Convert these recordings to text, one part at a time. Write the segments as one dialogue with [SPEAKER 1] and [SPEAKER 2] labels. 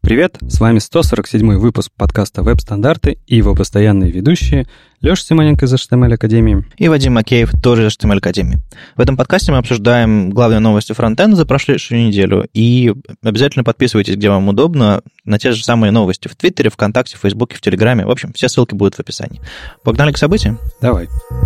[SPEAKER 1] привет! С вами 147-й выпуск подкаста «Веб-стандарты» и его постоянные ведущие Леша Симоненко из HTML Академии
[SPEAKER 2] и Вадим Макеев, тоже из HTML Академии. В этом подкасте мы обсуждаем главные новости фронтенда за прошедшую неделю, и обязательно подписывайтесь, где вам удобно, на те же самые новости в Твиттере, ВКонтакте, в Фейсбуке, в Телеграме. В общем, все ссылки будут в описании. Погнали к событиям?
[SPEAKER 1] Давай.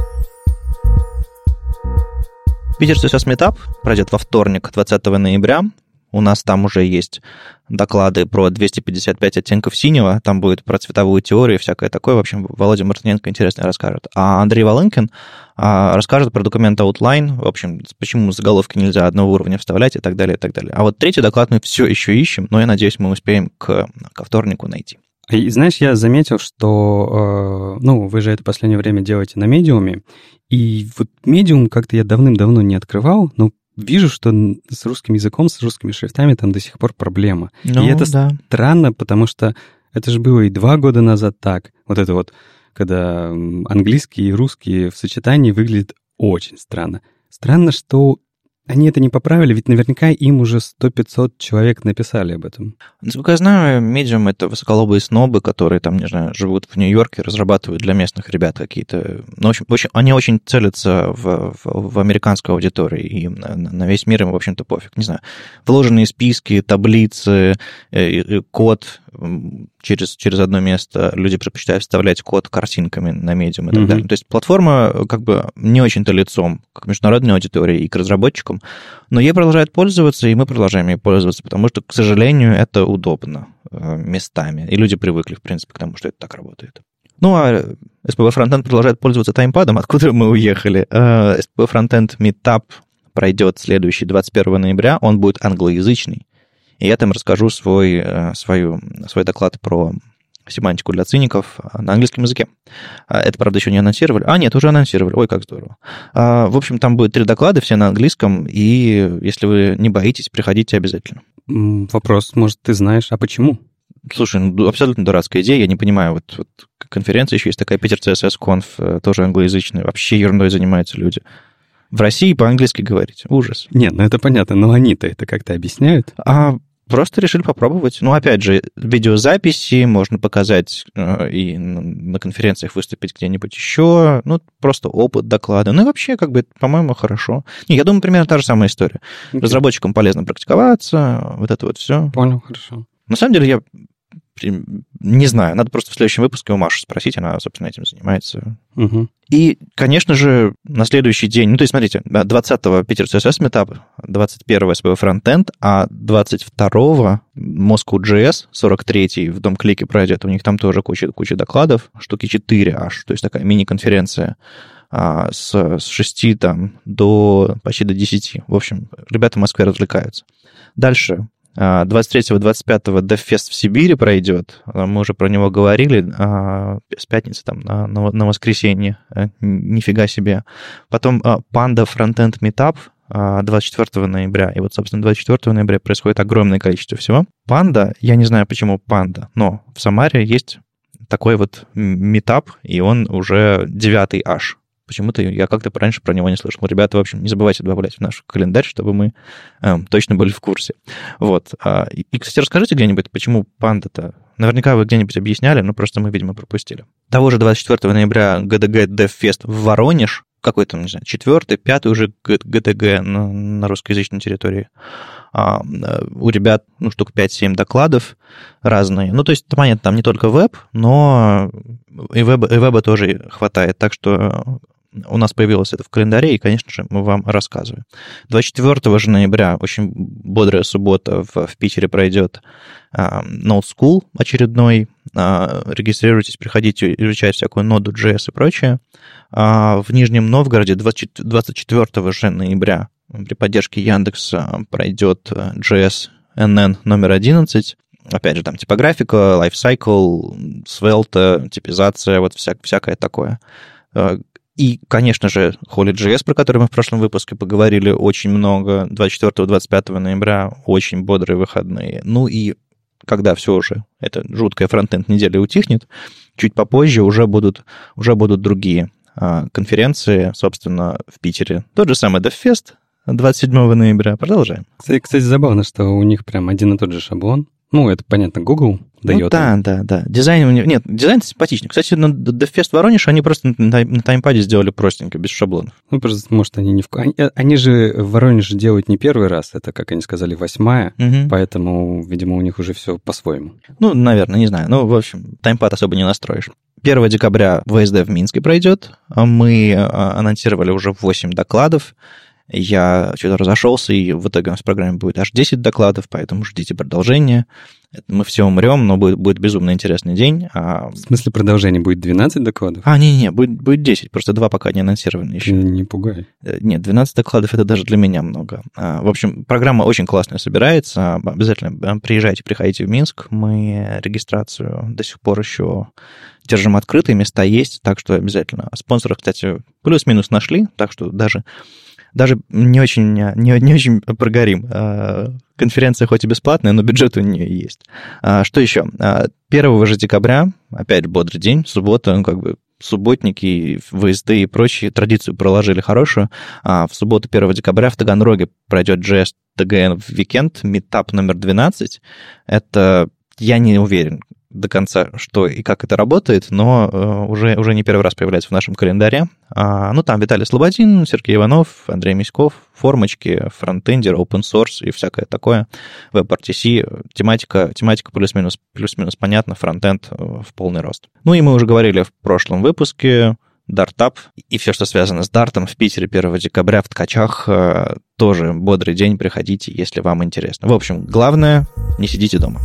[SPEAKER 2] Питерский CSS Meetup пройдет во вторник, 20 ноября. У нас там уже есть доклады про 255 оттенков синего, там будет про цветовую теорию и всякое такое. В общем, Володя Мартыненко интересно расскажет. А Андрей Волынкин расскажет про документ Outline, в общем, почему заголовки нельзя одного уровня вставлять и так далее, и так далее. А вот третий доклад мы все еще ищем, но я надеюсь, мы успеем ко вторнику найти.
[SPEAKER 1] И знаешь, я заметил, что, вы же это в последнее время делаете на Медиуме, и вот Медиум как-то я давным-давно не открывал, но вижу, что с русским языком, с русскими шрифтами там до сих пор проблема. И это странно, потому что это же было и 2 года назад так. Вот это вот, когда английский и русский в сочетании выглядит очень странно. Странно, что они это не поправили, ведь наверняка им уже 100-500 человек написали об этом.
[SPEAKER 2] Насколько я знаю, Medium — это высоколобые снобы, которые там, не знаю, живут в Нью-Йорке, разрабатывают для местных ребят какие-то... Ну, в общем, они очень целятся в американской аудитории, и на весь мир им, в общем-то, пофиг. Не знаю, вложенные списки, таблицы, код через одно место. Люди предпочитают вставлять код картинками на Medium и так далее. То есть платформа как бы не очень-то лицом к международной аудитории и к разработчикам, но ей продолжают пользоваться, и мы продолжаем ей пользоваться, потому что, к сожалению, это удобно местами, и люди привыкли, в принципе, к тому, что это так работает. Ну, а SPV Frontend продолжает пользоваться таймпадом, откуда мы уехали. SPV Frontend Meetup пройдет следующий 21 ноября, он будет англоязычный, и я там расскажу свой доклад про семантику для циников на английском языке. Это, правда, еще не анонсировали. Нет, уже анонсировали. Ой, как здорово. В общем, там будет 3 доклада, все на английском, и если вы не боитесь, приходите обязательно.
[SPEAKER 1] Вопрос, может, ты знаешь, а почему?
[SPEAKER 2] Слушай, абсолютно дурацкая идея, я не понимаю. Вот конференция еще есть такая, Питер CSS Conf, тоже англоязычная. Вообще ерундой занимаются люди. В России по-английски говорить. Ужас.
[SPEAKER 1] Нет, это понятно, но они-то это как-то объясняют?
[SPEAKER 2] Просто решили попробовать. Опять же, видеозаписи можно показать и на конференциях выступить где-нибудь еще. Просто опыт доклада. И вообще, по-моему, хорошо. Я думаю, примерно та же самая история. Okay. Разработчикам полезно практиковаться, вот это вот все.
[SPEAKER 1] Понял, хорошо.
[SPEAKER 2] На самом деле, я не знаю. Надо просто в следующем выпуске у Маши спросить, она, собственно, этим занимается.
[SPEAKER 1] Угу.
[SPEAKER 2] И, конечно же, на следующий день, то есть, смотрите, 20-го Питер CSS Meetup, 21-го SPV Frontend, а 22-го Moscow JS, 43-й в Дом-клике пройдет. У них там тоже куча докладов, штуки 4 аж, то есть такая мини-конференция с 6 до почти до 10. В общем, ребята в Москве развлекаются. Дальше. 23-25-го DevFest в Сибири пройдет. Мы уже про него говорили. С пятницы на воскресенье. Нифига себе. Потом Panda Frontend Meetup 24 ноября. И вот, собственно, 24 ноября происходит огромное количество всего. Panda, я не знаю, почему Panda, но в Самаре есть такой вот meetup, и он уже 9-й аж. Почему-то я как-то раньше про него не слышал. Ребята, в общем, не забывайте добавлять в наш календарь, чтобы мы точно были в курсе. Вот. И, кстати, расскажите где-нибудь, почему Panda-то? Наверняка вы где-нибудь объясняли, но просто мы, видимо, пропустили. Того же 24 ноября GDG DevFest в Воронеж, какой-то, не знаю, 4-й, 5-й уже GDG на русскоязычной территории. У ребят, штук 5-7 докладов разные. То есть, понятно, там не только веб, но и веба тоже хватает. Так что у нас появилось это в календаре, и, конечно же, мы вам рассказываем. 24 же ноября, очень бодрая суббота, в Питере пройдет Node School очередной. Регистрируйтесь, приходите изучать всякую ноду, JS и прочее. В Нижнем Новгороде 24 же ноября при поддержке Яндекса пройдет JS NN номер 11. Опять же, там типографика, lifecycle, svelte, типизация, вот всякое такое. И, конечно же, Holy.js, про который мы в прошлом выпуске поговорили очень много, 24-25 ноября, очень бодрые выходные. И когда все уже, эта жуткая фронтенд-неделя утихнет, чуть попозже уже будут другие конференции, собственно, в Питере. Тот же самый DevFest 27 ноября. Продолжаем.
[SPEAKER 1] Кстати, забавно, что у них прям один и тот же шаблон. Ну, это, понятно, Google дает.
[SPEAKER 2] Ну, да. Дизайн у него... Нет, дизайн симпатичный. Кстати, на DevFest Воронеж они просто на таймпаде сделали простенько, без шаблонов.
[SPEAKER 1] Ну, просто, может, они не... Они же в Воронеже делают не первый раз, это, как они сказали, 8-я, поэтому, видимо, у них уже все по-своему.
[SPEAKER 2] Ну, наверное, не знаю. Ну, в общем, таймпад особо не настроишь. 1 декабря ВСД в Минске пройдет. Мы анонсировали уже 8 докладов. Я что-то разошелся, и в итоге у нас в программе будет аж 10 докладов, поэтому ждите продолжения. Мы все умрем, но будет безумно интересный день.
[SPEAKER 1] В смысле продолжения будет 12 докладов?
[SPEAKER 2] Не, будет 10, просто 2 пока не анонсированы еще.
[SPEAKER 1] Не пугай.
[SPEAKER 2] Нет, 12 докладов это даже для меня много. В общем, программа очень классная собирается. Обязательно приходите в Минск. Мы регистрацию до сих пор еще держим открытой, места есть, так что обязательно. Спонсоров, кстати, плюс-минус нашли, так что даже не очень прогорим. Конференция хоть и бесплатная, но бюджет у нее есть. Что еще? 1 же декабря, опять бодрый день, суббота, субботники, ВСД и прочие традицию проложили хорошую. В субботу 1 декабря в Таганроге пройдет JS TGN Weekend, митап номер 12. Это, я не уверен до конца, что и как это работает, но уже не первый раз появляется в нашем календаре. Там Виталий Слободин, Сергей Иванов, Андрей Миськов, формочки, фронтендер, open source и всякое такое. WebRTC, тематика плюс-минус понятна, фронтенд в полный рост. Ну и мы уже говорили в прошлом выпуске, Дартап и все, что связано с Дартом в Питере 1 декабря в Ткачах. Тоже бодрый день, приходите, если вам интересно. В общем, главное, не сидите дома.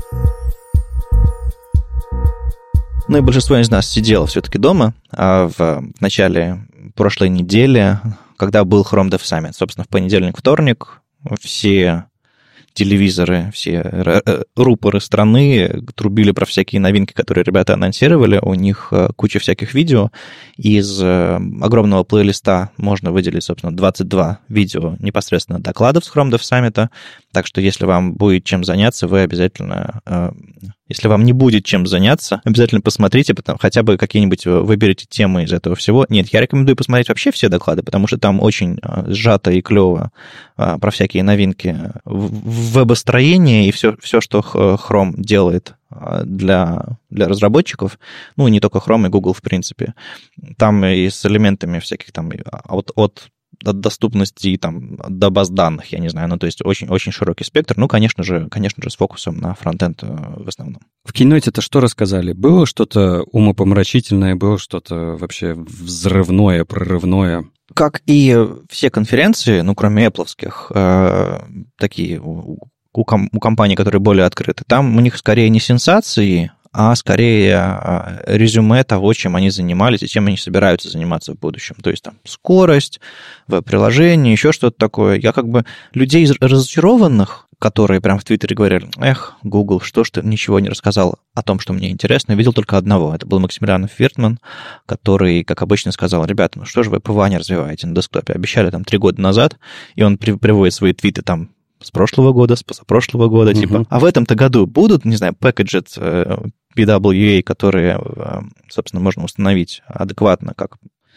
[SPEAKER 2] Ну и большинство из нас сидело все-таки дома в начале прошлой недели, когда был Chrome Dev Summit. Собственно, в понедельник, вторник все телевизоры, все рупоры страны трубили про всякие новинки, которые ребята анонсировали. У них куча всяких видео. Из огромного плейлиста можно выделить, собственно, 22 видео непосредственно докладов с Chrome Dev Summit. Так что, если вам будет чем заняться, вы обязательно... Если вам не будет чем заняться, обязательно посмотрите, хотя бы какие-нибудь выберите темы из этого всего. Нет, я рекомендую посмотреть вообще все доклады, потому что там очень сжато и клево про всякие новинки в вебостроении и все, что Chrome делает для разработчиков. Ну, и не только Chrome, и Google, в принципе. Там и с элементами всяких там от доступности там, до баз данных, я не знаю, то есть очень широкий спектр, конечно же, с фокусом на фронтенд в основном.
[SPEAKER 1] В Keynote-то что рассказали? Было что-то умопомрачительное, было что-то вообще взрывное, прорывное?
[SPEAKER 2] Как и все конференции, кроме Apple-овских, такие у компаний, которые более открыты, там у них скорее не сенсации, а скорее резюме того, чем они занимались и чем они собираются заниматься в будущем. То есть там скорость, веб-приложение, еще что-то такое. Я людей разочарованных, которые прям в Твиттере говорили, Google, что ж ты ничего не рассказал о том, что мне интересно, видел только одного. Это был Максимилиан Виртман, который, как обычно, сказал, ребята, что же вы ПВА не развиваете на десктопе? Обещали там 3 года назад, и он приводит свои твиты там с прошлого года, с позапрошлого года, типа, а в этом-то году будут, не знаю, пэкэджи PWA, которые, собственно, можно установить адекватно, как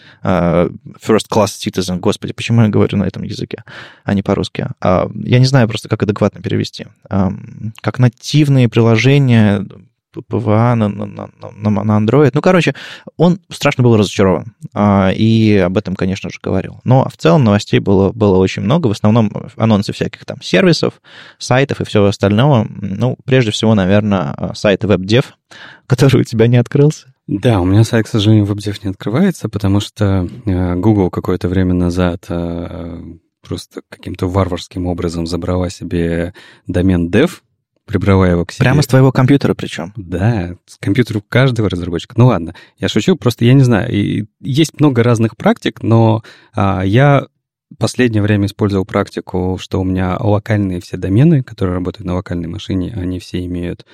[SPEAKER 2] First Class Citizen, господи, почему я говорю на этом языке, а не по-русски? Я не знаю просто, как адекватно перевести. Как нативные приложения ПВА на Android. Он страшно был разочарован. И об этом, конечно же, говорил. Но в целом новостей было очень много. В основном анонсы всяких там сервисов, сайтов и всего остального. Прежде всего, наверное, сайт WebDev, который у тебя не открылся.
[SPEAKER 1] Да, у меня сайт, к сожалению, WebDev не открывается, потому что Google какое-то время назад просто каким-то варварским образом забрала себе домен dev, прибрала его к себе.
[SPEAKER 2] Прямо с твоего компьютера причем?
[SPEAKER 1] Да, с компьютера каждого разработчика. Ну ладно, я шучу, просто я не знаю. И есть много разных практик, но я в последнее время использовал практику, что у меня локальные все домены, которые работают на локальной машине, они все имеют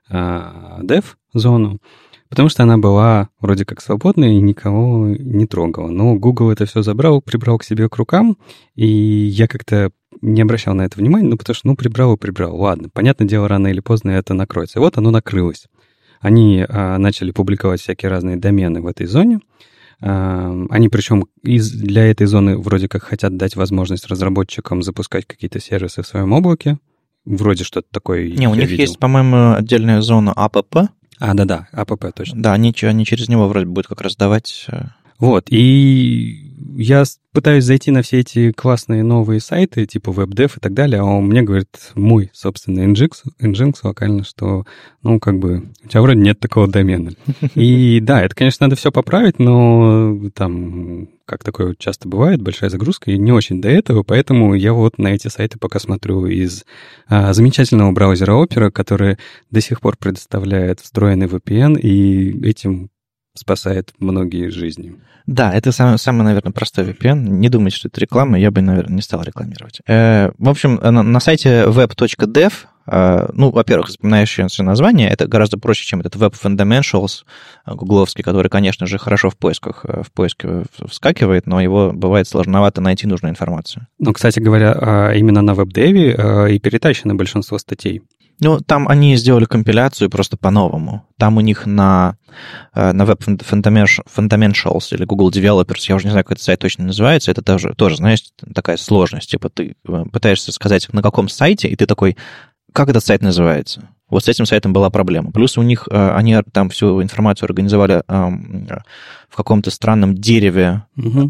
[SPEAKER 1] dev-зону, потому что она была вроде как свободная и никого не трогала. Но Google это все забрал, прибрал к себе к рукам, и я как-то не обращал на это внимания, потому что, прибрал и прибрал. Ладно, понятное дело, рано или поздно это накроется. И вот оно накрылось. Они начали публиковать всякие разные домены в этой зоне. Они причем для этой зоны вроде как хотят дать возможность разработчикам запускать какие-то сервисы в своем облаке. Вроде что-то такое
[SPEAKER 2] Не, у них
[SPEAKER 1] видел.
[SPEAKER 2] есть, по-моему, отдельная зона АПП.
[SPEAKER 1] Да, АПП, точно.
[SPEAKER 2] Да, они через него вроде будут как раз давать...
[SPEAKER 1] Вот, и я пытаюсь зайти на все эти классные новые сайты, типа WebDev и так далее, а он мне говорит мой собственный Nginx локально, что, у тебя вроде нет такого домена. И да, это, конечно, надо все поправить, но там, как такое часто бывает, большая загрузка, и не очень до этого, поэтому я вот на эти сайты пока смотрю из замечательного браузера Opera, который до сих пор предоставляет встроенный VPN, и этим спасает многие жизни.
[SPEAKER 2] Да, это самый, наверное, простой VPN. Не думайте, что это реклама, я бы, наверное, не стал рекламировать. В общем, на сайте web.dev, во-первых, запоминающее название, это гораздо проще, чем этот Web Fundamentals гугловский, который, конечно же, хорошо в поиске вскакивает, но его бывает сложновато найти нужную информацию.
[SPEAKER 1] Кстати говоря, именно на WebDev и перетащено большинство статей.
[SPEAKER 2] Там они сделали компиляцию просто по-новому. Там у них на Web Fundamentals или Google Developers, я уже не знаю, как этот сайт точно называется, это тоже, знаешь, такая сложность. Типа ты пытаешься сказать, на каком сайте, и ты такой, как этот сайт называется? Вот с этим сайтом была проблема. Плюс у них, они там всю информацию организовали в каком-то странном дереве,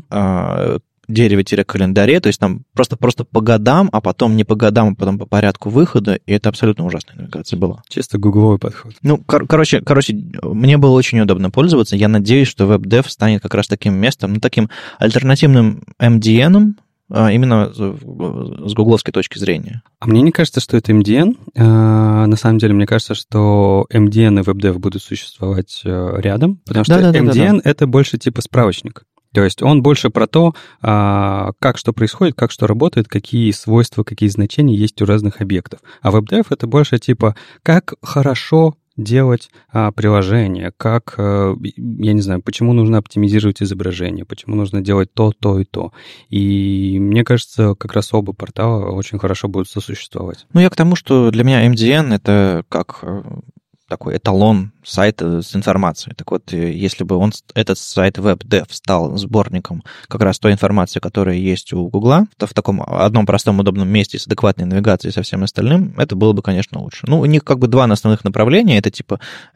[SPEAKER 2] дереве-календаре, то есть там просто по годам, а потом не по годам, а потом по порядку выхода, и это абсолютно ужасная навигация была.
[SPEAKER 1] Чисто гугловый подход.
[SPEAKER 2] Короче, мне было очень удобно пользоваться. Я надеюсь, что WebDev станет как раз таким местом, таким альтернативным MDN, именно с гугловской точки зрения.
[SPEAKER 1] А мне не кажется, что это MDN. На самом деле, мне кажется, что MDN и WebDev будут существовать рядом, потому что MDN — это больше типа справочник. То есть он больше про то, как что происходит, как что работает, какие свойства, какие значения есть у разных объектов. А WebDev — это больше типа, как хорошо делать приложение, как, я не знаю, почему нужно оптимизировать изображение, почему нужно делать то и то. И мне кажется, как раз оба портала очень хорошо будут сосуществовать.
[SPEAKER 2] Я к тому, что для меня MDN — это как такой эталон сайта с информацией. Так вот, если бы этот сайт WebDev стал сборником как раз той информации, которая есть у Гугла, то в таком одном простом удобном месте с адекватной навигацией и со всем остальным, это было бы, конечно, лучше. У них два основных направления. Это типа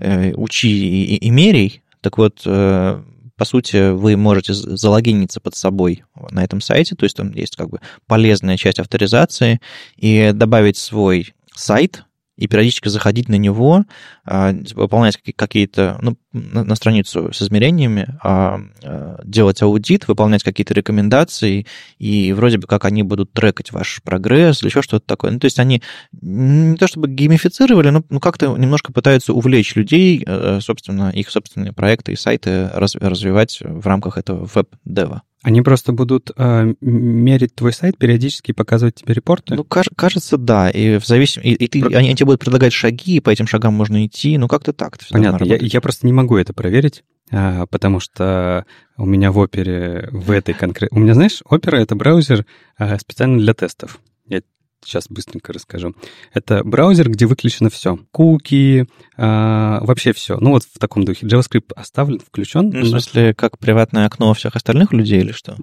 [SPEAKER 2] учи и мерей. Так вот, по сути, вы можете залогиниться под собой на этом сайте, то есть там есть полезная часть авторизации, и добавить свой сайт, и периодически заходить на него, выполнять какие-то, на страницу с измерениями, делать аудит, выполнять какие-то рекомендации, и вроде бы как они будут трекать ваш прогресс или еще что-то такое. То есть они не то чтобы геймифицировали, но как-то немножко пытаются увлечь людей, собственно, их собственные проекты и сайты развивать в рамках этого веб-дева.
[SPEAKER 1] Они просто будут мерить твой сайт, периодически показывать тебе репорты?
[SPEAKER 2] Кажется, да. И они тебе будут предлагать шаги, и по этим шагам можно идти. Как-то так.
[SPEAKER 1] Понятно. Я просто не могу это проверить, потому что у меня в Opera в этой конкретной... У меня, знаешь, Opera — это браузер специально для тестов. Я сейчас быстренько расскажу. Это браузер, где выключено все. Куки, вообще все. В таком духе. JavaScript оставлен, включен.
[SPEAKER 2] В смысле, как приватное окно у всех остальных людей или что?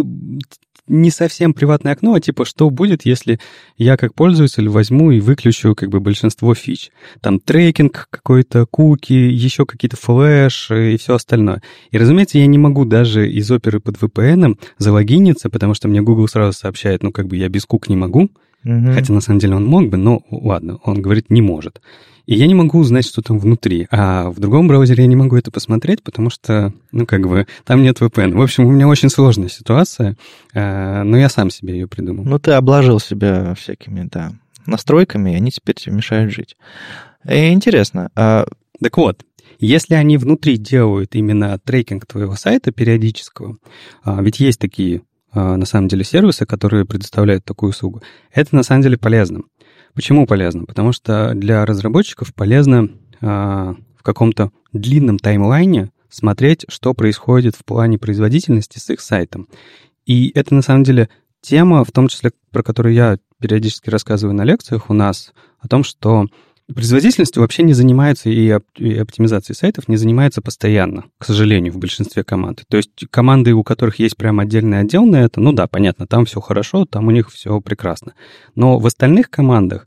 [SPEAKER 1] Не совсем приватное окно, а типа, что будет, если я как пользователь возьму и выключу большинство фич. Там трекинг какой-то, куки, еще какие-то флэш и все остальное. И, разумеется, я не могу даже из Opera под VPN залогиниться, потому что мне Google сразу сообщает, я без кук не могу. Хотя, на самом деле, он мог бы, но ладно, он говорит, не может. И я не могу узнать, что там внутри. А в другом браузере я не могу это посмотреть, потому что, там нет VPN. В общем, у меня очень сложная ситуация, но я сам себе ее придумал.
[SPEAKER 2] Ты обложил себя всякими, настройками, и они теперь тебе мешают жить. Интересно.
[SPEAKER 1] Так вот, если они внутри делают именно трекинг твоего сайта периодического, ведь есть такие, на самом деле, сервисы, которые предоставляют такую услугу, это на самом деле полезно. Почему полезно? Потому что для разработчиков полезно в каком-то длинном таймлайне смотреть, что происходит в плане производительности с их сайтом. И это, на самом деле, тема, в том числе, про которую я периодически рассказываю на лекциях у нас, о том, что производительностью вообще не занимается и оптимизацией сайтов не занимается постоянно, к сожалению, в большинстве команд. То есть команды, у которых есть прям отдельный отдел на это, понятно, там все хорошо, там у них все прекрасно. Но в остальных командах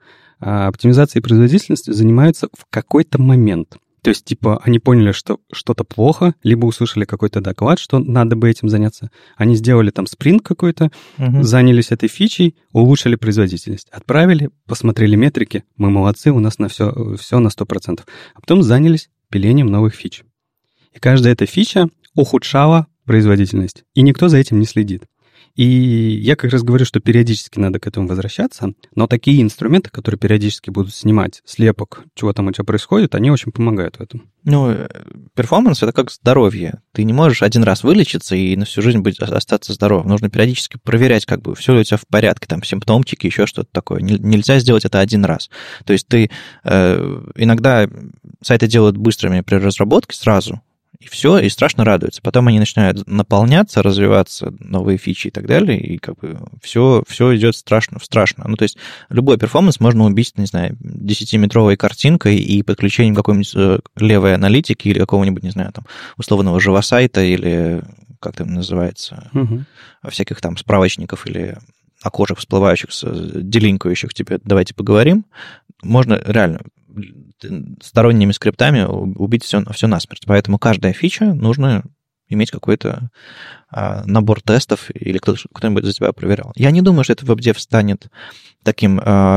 [SPEAKER 1] оптимизацией производительности занимаются в какой-то момент. То есть, типа, они поняли, что что-то плохо, либо услышали какой-то доклад, что надо бы этим заняться. Они сделали там спринт какой-то, занялись этой фичей, улучшили производительность. Отправили, посмотрели метрики, мы молодцы, у нас на все на 100%. А потом занялись пилением новых фич. И каждая эта фича ухудшала производительность. И никто за этим не следит. И я как раз говорю, что периодически надо к этому возвращаться, но такие инструменты, которые периодически будут снимать слепок, чего там у тебя происходит, они очень помогают в этом.
[SPEAKER 2] Ну, перформанс — это как здоровье. Ты не можешь один раз вылечиться и на всю жизнь остаться здоровым. Нужно периодически проверять, как бы, все ли у тебя в порядке, там, симптомчики, еще что-то такое. Нельзя сделать это один раз. То есть ты иногда сайты делают быстрыми при разработке сразу, и все, и страшно радуются. Потом они начинают наполняться, развиваться, новые фичи и так далее, и как бы все идет страшно. Ну, то есть любой перформанс можно убить, не знаю, 10-метровой картинкой и подключением какой-нибудь левой аналитики или какого-нибудь, не знаю, там, условного живосайта или как там называется, всяких там справочников или окошек всплывающих, делинкающих тебе «давайте поговорим». Можно реально сторонними скриптами убить все насмерть. Поэтому каждая фича нужно иметь какой-то набор тестов или кто-нибудь за тебя проверял. Я не думаю, что это WebDev станет таким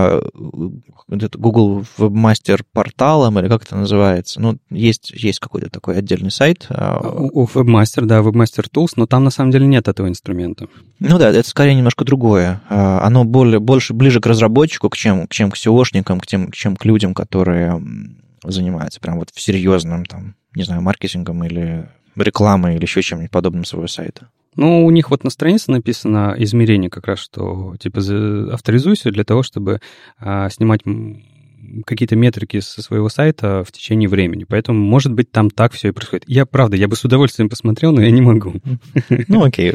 [SPEAKER 2] Google Webmaster порталом, или как это называется. Ну, есть какой-то такой отдельный сайт.
[SPEAKER 1] У Webmaster, да, Webmaster Tools, но там на самом деле нет этого инструмента.
[SPEAKER 2] Ну да, это скорее немножко другое. Оно ближе к разработчику, чем к SEO-шникам, чем к людям, которые занимаются прям вот серьезным, там, не знаю, маркетингом или рекламой или еще чем-нибудь подобным своего сайта.
[SPEAKER 1] Ну, у них вот на странице написано измерение как раз, что типа авторизуйся для того, чтобы снимать какие-то метрики со своего сайта в течение времени. Поэтому, может быть, там так все и происходит. Я бы с удовольствием посмотрел, но я не могу.
[SPEAKER 2] Ну, окей.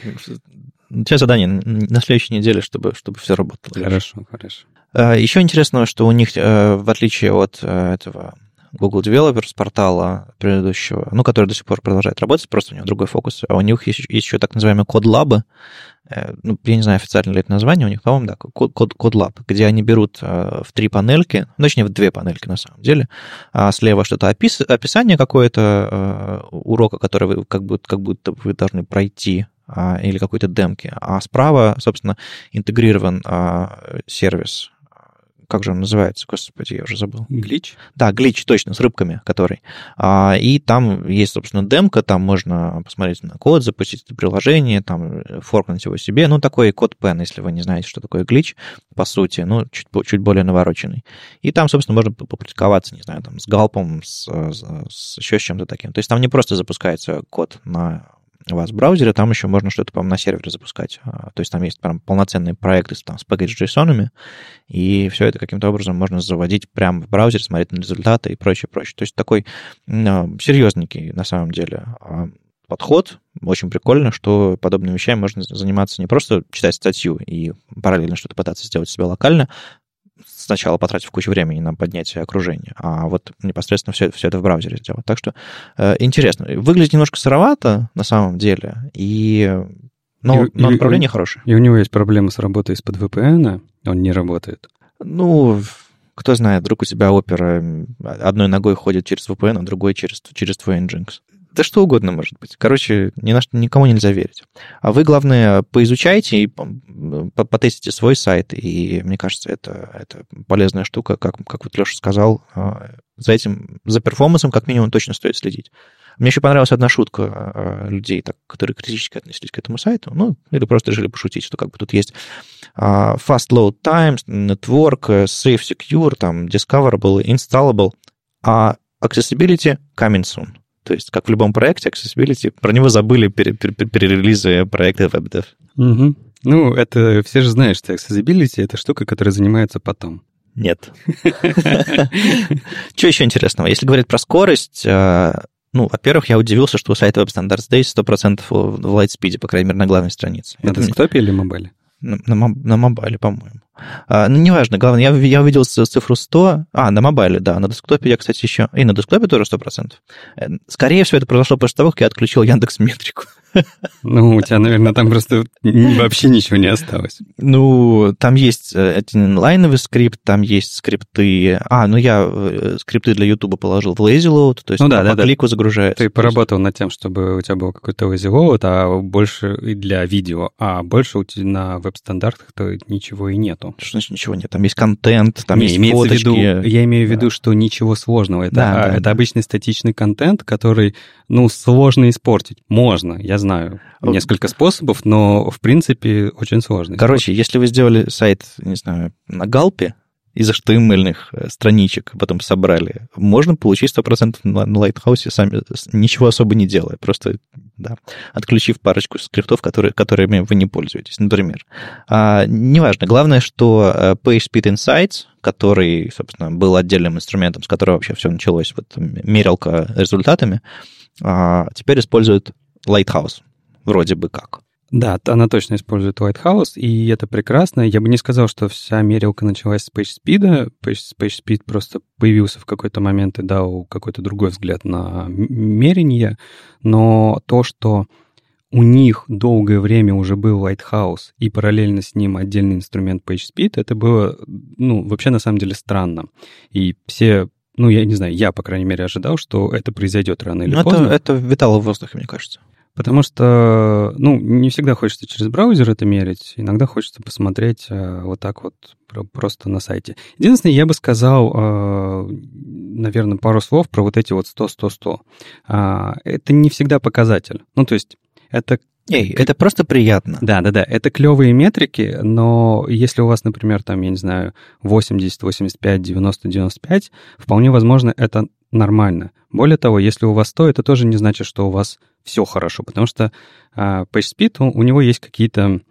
[SPEAKER 2] У тебя задание на следующей неделе, чтобы все работало.
[SPEAKER 1] Хорошо.
[SPEAKER 2] Еще интересно, что у них, в отличие от этого Google Developers портала предыдущего, ну, который до сих пор продолжает работать, просто у него другой фокус. А у них есть еще так называемые CodeLab. Ну, я не знаю, официально ли это название, у них, по-моему, да, CodeLab, где они берут в 3 панельки, ну, точнее, в 2 панельки на самом деле. Слева что-то описание какое-то урока, который вы как будто вы должны пройти, или какой-то демки. А справа, собственно, интегрирован сервис. Как же он называется? Господи, я уже забыл.
[SPEAKER 1] Глич?
[SPEAKER 2] Да, глич, точно, с рыбками, который. И там есть, собственно, демка, там можно посмотреть на код, запустить это приложение, там форкнуть его себе. Ну, такой код пен, если вы не знаете, что такое глич, по сути, ну, чуть более навороченный. И там, собственно, можно попрактиковаться, не знаю, там, с галпом, с еще с чем-то таким. То есть там не просто запускается код на у вас в браузере, там еще можно что-то, по-моему, на сервере запускать. То есть там есть прям полноценные проекты там, с package.json, и все это каким-то образом можно заводить прямо в браузере, смотреть на результаты и прочее. То есть такой серьезненький, на самом деле, подход. Очень прикольно, что подобными вещами можно заниматься не просто читать статью и параллельно что-то пытаться сделать себе локально, сначала потратив кучу времени на поднятие окружения, а вот непосредственно все это в браузере сделать. Так что интересно. Выглядит немножко сыровато на самом деле, но направление хорошее.
[SPEAKER 1] И у него есть проблема с работой из-под VPN, он не работает.
[SPEAKER 2] Ну, кто знает, вдруг у тебя Opera одной ногой ходит через VPN, а другой через твой Nginx. Да что угодно может быть. Короче, никому нельзя верить. А вы, главное, поизучайте и потестите свой сайт. И мне кажется, это полезная штука. Как вот Леша сказал, за перформансом как минимум точно стоит следить. Мне еще понравилась одна шутка людей, которые критически отнеслись к этому сайту. Ну, или просто решили пошутить, что как бы тут есть fast load times, network, safe, secure, там, discoverable, installable, а accessibility coming soon. То есть, как в любом проекте, accessibility, про него забыли перерелизы проекта WebDev.
[SPEAKER 1] Угу. Ну, это все же знают, что accessibility — это штука, которая занимается потом.
[SPEAKER 2] Нет. Что еще интересного? Если говорить про скорость, ну, во-первых, я удивился, что у сайта WebStandards Days 100% в Lightspeed, по крайней мере, на главной странице.
[SPEAKER 1] На десктопе или мобайле?
[SPEAKER 2] На мобайле, по-моему. Ну, неважно, главное, я увидел цифру 100. На мобайле, да. На десктопе я, кстати, еще... И на десктопе тоже 100%. Скорее всего, это произошло после того, как я отключил Яндекс.Метрику.
[SPEAKER 1] Ну, у тебя, наверное, там просто вообще ничего не осталось.
[SPEAKER 2] Ну, там есть один лайновый скрипт, там есть скрипты... я скрипты для YouTube положил в lazy load, то есть по клику загружается.
[SPEAKER 1] Ты поработал над тем, чтобы у тебя был какой-то lazy load, а больше и для видео, а больше у тебя на веб-стандартах-то ничего и нету.
[SPEAKER 2] Что значит ничего нет? Там есть контент, там есть фоточки.
[SPEAKER 1] Я имею в виду, что ничего сложного. Это обычный статичный контент, который, сложно испортить. Можно, я знаю несколько способов, но, в принципе, очень сложно.
[SPEAKER 2] Короче, если вы сделали сайт, не знаю, на галпе, из HTML-ных страничек потом собрали, можно получить 100% на Lighthouse сами, ничего особо не делая, просто отключив парочку скриптов, которыми вы не пользуетесь, например. Неважно. Главное, что PageSpeed Insights, который, собственно, был отдельным инструментом, с которого вообще все началось, мерилка результатами, теперь использует Lighthouse, вроде бы как.
[SPEAKER 1] Да, она точно использует Lighthouse, и это прекрасно. Я бы не сказал, что вся мерилка началась с PageSpeed. PageSpeed просто появился в какой-то момент и дал какой-то другой взгляд на мерение, но то, что у них долгое время уже был Lighthouse, и параллельно с ним отдельный инструмент PageSpeed, это было, вообще на самом деле странно. И все... я не знаю, я, по крайней мере, ожидал, что это произойдет рано или поздно.
[SPEAKER 2] Это витало в воздухе, мне кажется.
[SPEAKER 1] Потому что, не всегда хочется через браузер это мерить, иногда хочется посмотреть вот так вот просто на сайте. Единственное, я бы сказал, наверное, пару слов про вот эти вот 100-100-100. Это не всегда показатель. То есть это
[SPEAKER 2] просто приятно.
[SPEAKER 1] Да, это клевые метрики, но если у вас, например, там, я не знаю, 80, 85, 90, 95, вполне возможно, это нормально. Более того, если у вас 100, это тоже не значит, что у вас все хорошо, потому что PageSpeed, у него есть какие-то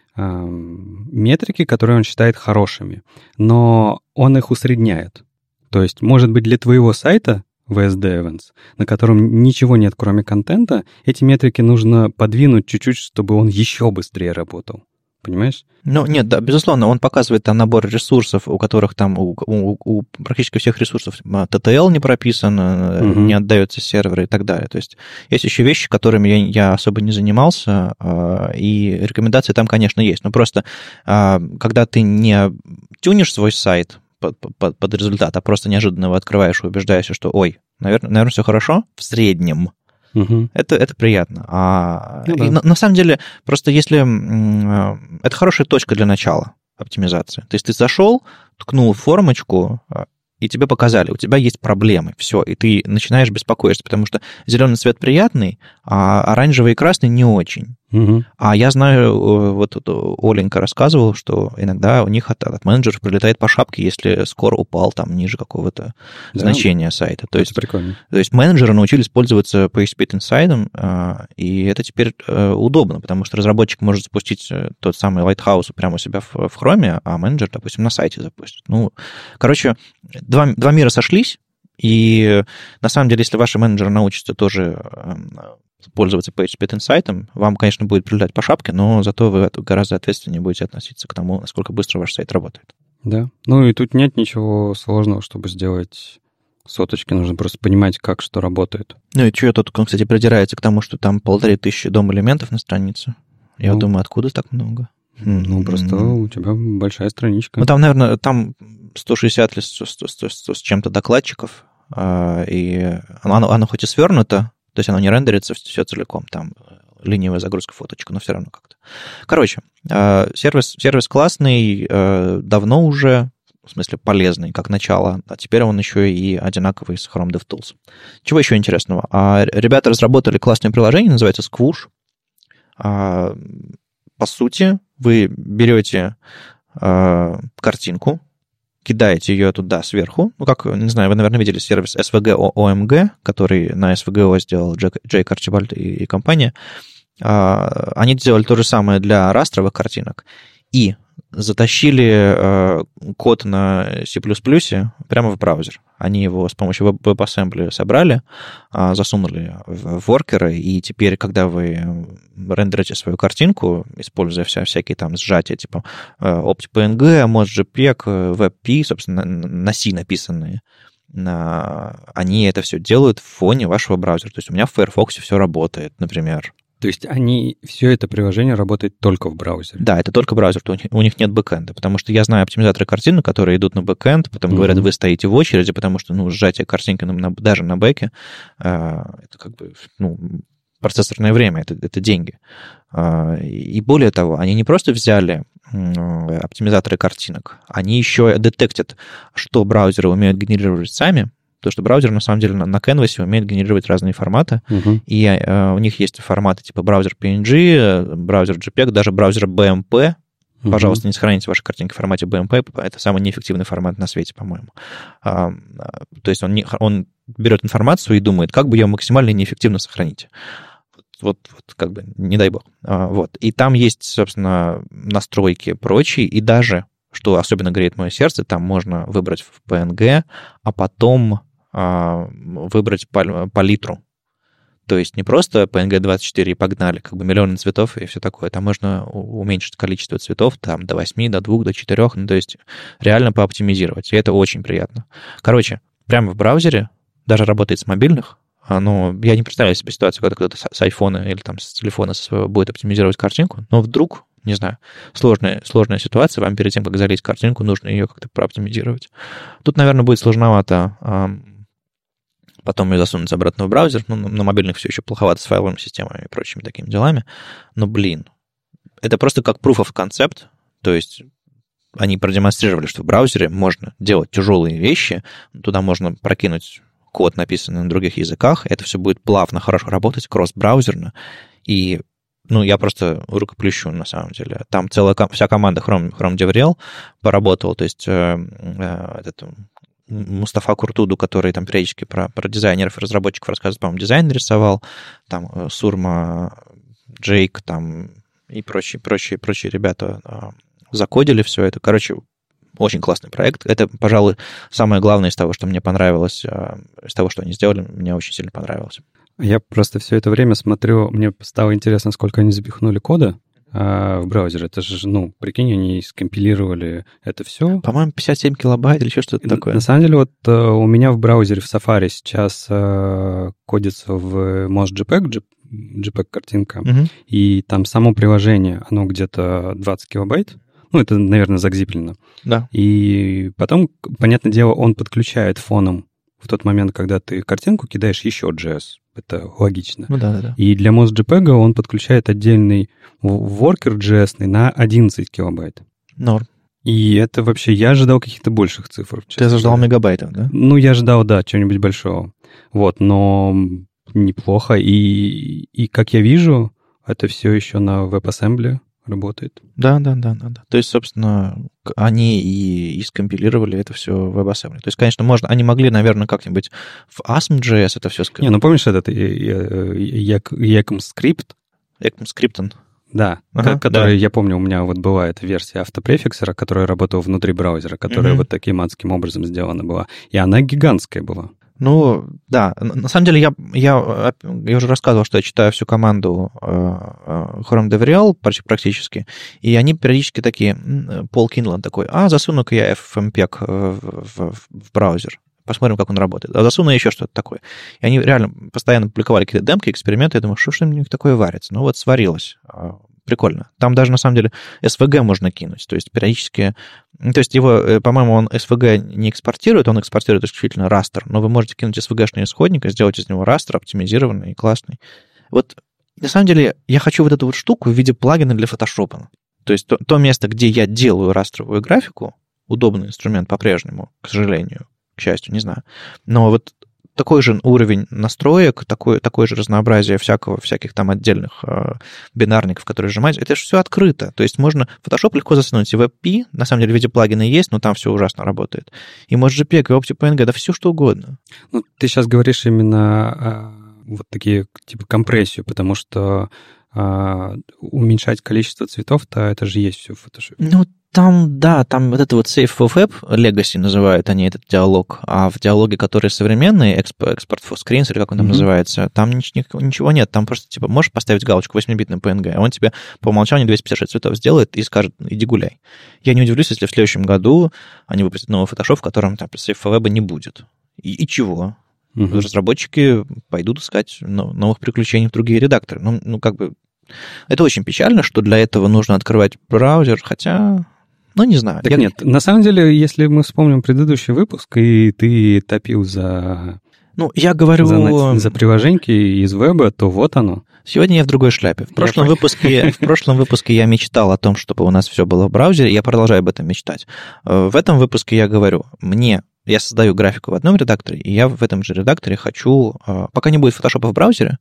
[SPEAKER 1] метрики, которые он считает хорошими, но он их усредняет. То есть, может быть, для твоего сайта VSD Events, на котором ничего нет, кроме контента, эти метрики нужно подвинуть чуть-чуть, чтобы он еще быстрее работал. Понимаешь?
[SPEAKER 2] Нет, да, безусловно, он показывает там набор ресурсов, у которых там у практически всех ресурсов TTL не прописан, не отдается серверы и так далее. То есть есть еще вещи, которыми я особо не занимался, и рекомендации там, конечно, есть. Но просто когда ты не тюнишь свой сайт под результат, а просто неожиданно его открываешь и убеждаешься, что, наверное, все хорошо в среднем, это приятно. На самом деле, просто если... Это хорошая точка для начала оптимизации. То есть ты зашел, ткнул формочку, и тебе показали, у тебя есть проблемы, все, и ты начинаешь беспокоиться, потому что зеленый цвет приятный, а оранжевый и красный не очень. А я знаю, вот Оленька рассказывал, что иногда у них от менеджеров прилетает по шапке, если скор упал там ниже какого-то значения сайта. То есть,
[SPEAKER 1] прикольно.
[SPEAKER 2] То есть менеджеры научились пользоваться PageSpeed Insight, и это теперь удобно, потому что разработчик может запустить тот самый Lighthouse прямо у себя в Chrome, а менеджер, допустим, на сайте запустит. Короче, два мира сошлись, и на самом деле, если ваши менеджеры научатся тоже пользоваться PageSpeed Insight, вам, конечно, будет прилетать по шапке, но зато вы гораздо ответственнее будете относиться к тому, насколько быстро ваш сайт работает.
[SPEAKER 1] Да. И тут нет ничего сложного, чтобы сделать соточки. Нужно просто понимать, как что работает.
[SPEAKER 2] И что тут, кстати, придирается к тому, что там 1500 дом-элементов на странице? Я думаю, откуда так много?
[SPEAKER 1] Просто у тебя большая страничка.
[SPEAKER 2] Там, наверное, 160 или 100 с чем-то докладчиков, и оно хоть и свернуто, то есть оно не рендерится все целиком, там линиевая загрузка фоточка, но все равно как-то. Короче, сервис классный, давно уже, в смысле полезный, как начало, а теперь он еще и одинаковый с Chrome DevTools. Чего еще интересного? Ребята разработали классное приложение, называется Squoosh. По сути, вы берете картинку, кидаете ее туда сверху. Не знаю, вы, наверное, видели сервис SVG OMG, который на SVGO сделал Джейк Арчибальд и компания. Они сделали то же самое для растровых картинок и затащили код на C++ прямо в браузер. Они его с помощью WebAssembly собрали, засунули в воркеры, и теперь, когда вы рендерите свою картинку, используя всякие там сжатия, типа OptiPNG, MozJPEG, WebP, собственно, на C написанные, они это все делают в фоне вашего браузера. То есть у меня в Firefox все работает, например.
[SPEAKER 1] То есть все это приложение работает только в браузере?
[SPEAKER 2] Да, это только браузер, у них нет бэкэнда, потому что я знаю оптимизаторы картинок, которые идут на бэкэнд, потом говорят, вы стоите в очереди, потому что, сжатие картинки даже на бэке, это как бы, процессорное время, это деньги. И более того, они не просто взяли оптимизаторы картинок, они еще детектят, что браузеры умеют генерировать сами, потому что браузер, на самом деле, на Canvas умеет генерировать разные форматы, и у них есть форматы типа браузер PNG, браузер JPEG, даже браузер BMP. Пожалуйста, не сохраните ваши картинки в формате BMP, это самый неэффективный формат на свете, по-моему. То есть он берет информацию и думает, как бы ее максимально неэффективно сохранить. Вот как бы, не дай бог. Вот. И там есть, собственно, настройки прочие, и даже, что особенно греет мое сердце, там можно выбрать в PNG, а потом выбрать палитру. То есть не просто PNG 24 и погнали, как бы миллионы цветов и все такое. Там можно уменьшить количество цветов там, до 8, до 2, до 4, то есть реально пооптимизировать. И это очень приятно. Короче, прямо в браузере, даже работает с мобильных, но я не представляю себе ситуацию, когда кто-то с айфона или там с телефона своего будет оптимизировать картинку, но вдруг, не знаю, сложная ситуация, вам перед тем, как залить картинку, нужно ее как-то прооптимизировать. Тут, наверное, будет сложновато потом ее засунуть обратно в браузер. На мобильных все еще плоховато с файловыми системами и прочими такими делами. Но, это просто как proof of concept, то есть они продемонстрировали, что в браузере можно делать тяжелые вещи, туда можно прокинуть код, написанный на других языках, это все будет плавно, хорошо работать, кросс-браузерно, и я просто рукоплещу, на самом деле. Там вся команда Chrome DevRel поработала, то есть Мустафа Куртуду, который там периодически про дизайнеров и разработчиков рассказывает, по-моему, дизайн рисовал, там Сурма, Джейк, там и прочие ребята закодили все это. Короче, очень классный проект. Это, пожалуй, самое главное из того, что мне понравилось, из того, что они сделали, мне очень сильно понравилось.
[SPEAKER 1] Я просто все это время смотрю, мне стало интересно, сколько они запихнули кода в браузер. Это же, прикинь, они скомпилировали это все.
[SPEAKER 2] По-моему, 57 килобайт или еще что-то такое.
[SPEAKER 1] На самом деле, у меня в браузере в Safari сейчас кодится в MozJPEG, JPEG-картинка, и там само приложение, оно где-то 20 килобайт. Это, наверное, загзиплено.
[SPEAKER 2] Да.
[SPEAKER 1] И потом, понятное дело, он подключает фоном в тот момент, когда ты картинку кидаешь еще JS. Это логично.
[SPEAKER 2] Да.
[SPEAKER 1] И для MozJPEG он подключает отдельный worker JS на 11 килобайт.
[SPEAKER 2] Норм.
[SPEAKER 1] И это вообще... Я ожидал каких-то больших цифр.
[SPEAKER 2] Ты ожидал мегабайтов, да?
[SPEAKER 1] Я ожидал, да, чего-нибудь большого. Но неплохо. И как я вижу, это все еще на WebAssembly работает.
[SPEAKER 2] Да. То есть, собственно, они и скомпилировали это все в WebAssembly. То есть, конечно, они могли, наверное, как-нибудь в ASM.js это все скомпилировать.
[SPEAKER 1] Помнишь этот ECMScript?
[SPEAKER 2] ECMScripton.
[SPEAKER 1] Да, который, я помню, у меня была эта версия автопрефиксера, которая работала внутри браузера, которая вот таким адским образом сделана была. И она гигантская была.
[SPEAKER 2] Да, на самом деле я уже рассказывал, что я читаю всю команду Chrome DevRel практически, и они периодически такие, Пол Кинланд такой, засуну-ка я FFmpeg в браузер, посмотрим, как он работает, засуну еще что-то такое. И они реально постоянно публиковали какие-то демки, эксперименты, я думаю, что у них такое варится? Сварилось. Прикольно. Там даже, на самом деле, SVG можно кинуть. То есть периодически... То есть его, по-моему, он SVG не экспортирует, он экспортирует исключительно растер, но вы можете кинуть SVG-шный исходник и сделать из него растер оптимизированный и классный. На самом деле, я хочу вот эту штуку в виде плагина для Photoshop. То есть то место, где я делаю растровую графику, удобный инструмент по-прежнему, к сожалению, к счастью, не знаю. Но такой же уровень настроек, такое же разнообразие всяких там отдельных бинарников, которые сжимаются, это же все открыто. То есть можно Photoshop легко засунуть и WebP, на самом деле в виде плагина есть, но там все ужасно работает. И MozJPEG, и OptiPNG, да все что угодно.
[SPEAKER 1] Ты сейчас говоришь именно такие, типа, компрессию, потому что уменьшать количество цветов-то это же есть все в Photoshop.
[SPEAKER 2] Там вот это Save for Web Legacy называют они этот диалог, а в диалоге, который современный, Export for Screens, или как он там называется, там ничего нет, там просто, типа, можешь поставить галочку 8-битный PNG, а он тебе по умолчанию 256 цветов сделает и скажет, иди гуляй. Я не удивлюсь, если в следующем году они выпустят новый Photoshop, в котором там Save for Web не будет. И чего? Разработчики пойдут искать новых приключений в другие редакторы. Это очень печально, что для этого нужно открывать браузер, хотя... не знаю.
[SPEAKER 1] Так нет, на самом деле, если мы вспомним предыдущий выпуск, и ты топил за...
[SPEAKER 2] я говорю...
[SPEAKER 1] За приложеньки из веба, то вот оно.
[SPEAKER 2] Сегодня я в другой шляпе. В прошлом выпуске я мечтал о том, чтобы у нас все было в браузере, я продолжаю об этом мечтать. В этом выпуске я говорю, я создаю графику в одном редакторе, и я в этом же редакторе хочу, пока не будет фотошопа в браузере,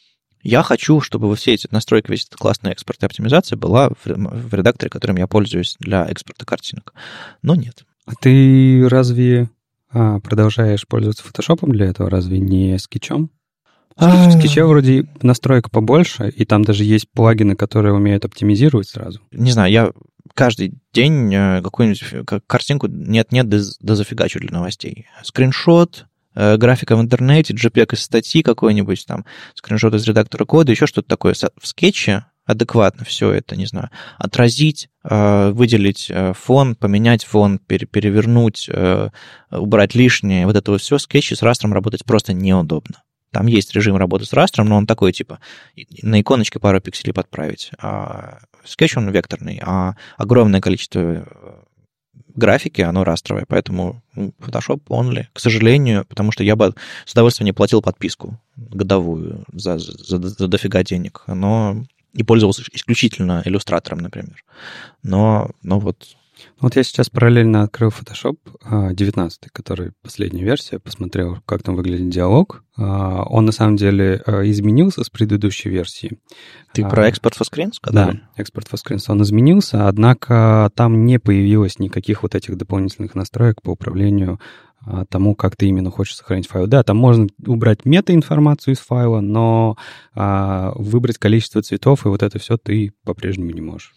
[SPEAKER 2] я хочу, чтобы все эти настройки, весь этот классный экспорт и оптимизация была в редакторе, которым я пользуюсь для экспорта картинок. Но нет.
[SPEAKER 1] А ты разве продолжаешь пользоваться фотошопом для этого? Разве не скетчом? В скетче вроде настроек побольше, и там даже есть плагины, которые умеют оптимизировать сразу.
[SPEAKER 2] Не знаю, я каждый день какую-нибудь картинку нет-нет, да зафигачу для новостей. Скриншот, графика в интернете, JPEG из статьи какой-нибудь, там, скриншот из редактора кода, еще что-то такое. В скетче адекватно все это, не знаю, отразить, выделить фон, поменять фон, перевернуть, убрать лишнее. Вот это вот все в скетче с растром работать просто неудобно. Там есть режим работы с растром, но он такой, типа, на иконочке пару пикселей подправить. Скетч, он векторный, а огромное количество графики, оно растровое, поэтому Photoshop only, к сожалению, потому что я бы с удовольствием не платил подписку годовую за дофига денег, но и пользовался исключительно иллюстратором, например. Но вот...
[SPEAKER 1] Вот я сейчас параллельно открыл Photoshop 19, который последняя версия, посмотрел, как там выглядит диалог. Он на самом деле изменился с предыдущей версии.
[SPEAKER 2] Ты про экспорт for screens?
[SPEAKER 1] Да, экспорт for screens. Он изменился, однако там не появилось никаких вот этих дополнительных настроек по управлению тому, как ты именно хочешь сохранить файл. Да, там можно убрать метаинформацию из файла, но выбрать количество цветов и вот это все ты по-прежнему не можешь.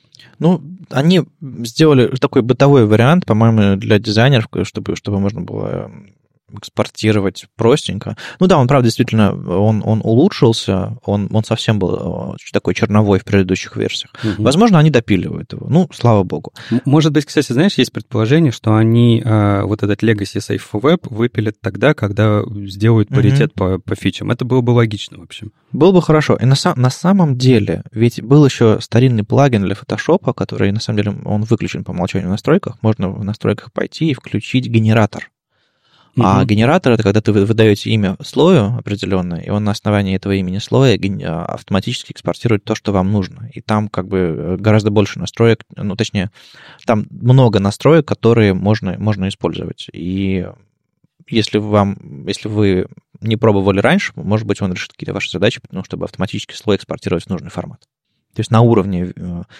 [SPEAKER 2] Они сделали такой бытовой вариант, по-моему, для дизайнеров, чтобы можно было экспортировать простенько. Он, правда, действительно, он улучшился, он совсем был такой черновой в предыдущих версиях. Угу. Возможно, они допиливают его. Слава богу.
[SPEAKER 1] Может быть, кстати, знаешь, есть предположение, что они вот этот Legacy Safe for Web выпилят тогда, когда сделают паритет по фичам. Это было бы логично, в общем.
[SPEAKER 2] Было бы хорошо. И на самом деле, ведь был еще старинный плагин для Photoshop, который, на самом деле, он выключен по умолчанию в настройках. Можно в настройках пойти и включить генератор. А генератор — это когда ты выдаете имя слою определенное, и он на основании этого имени слоя автоматически экспортирует то, что вам нужно. И там как бы гораздо больше настроек, точнее, там много настроек, которые можно использовать. И если вы не пробовали раньше, может быть, он решит какие-то ваши задачи, чтобы автоматически слой экспортировать в нужный формат. То есть на уровне...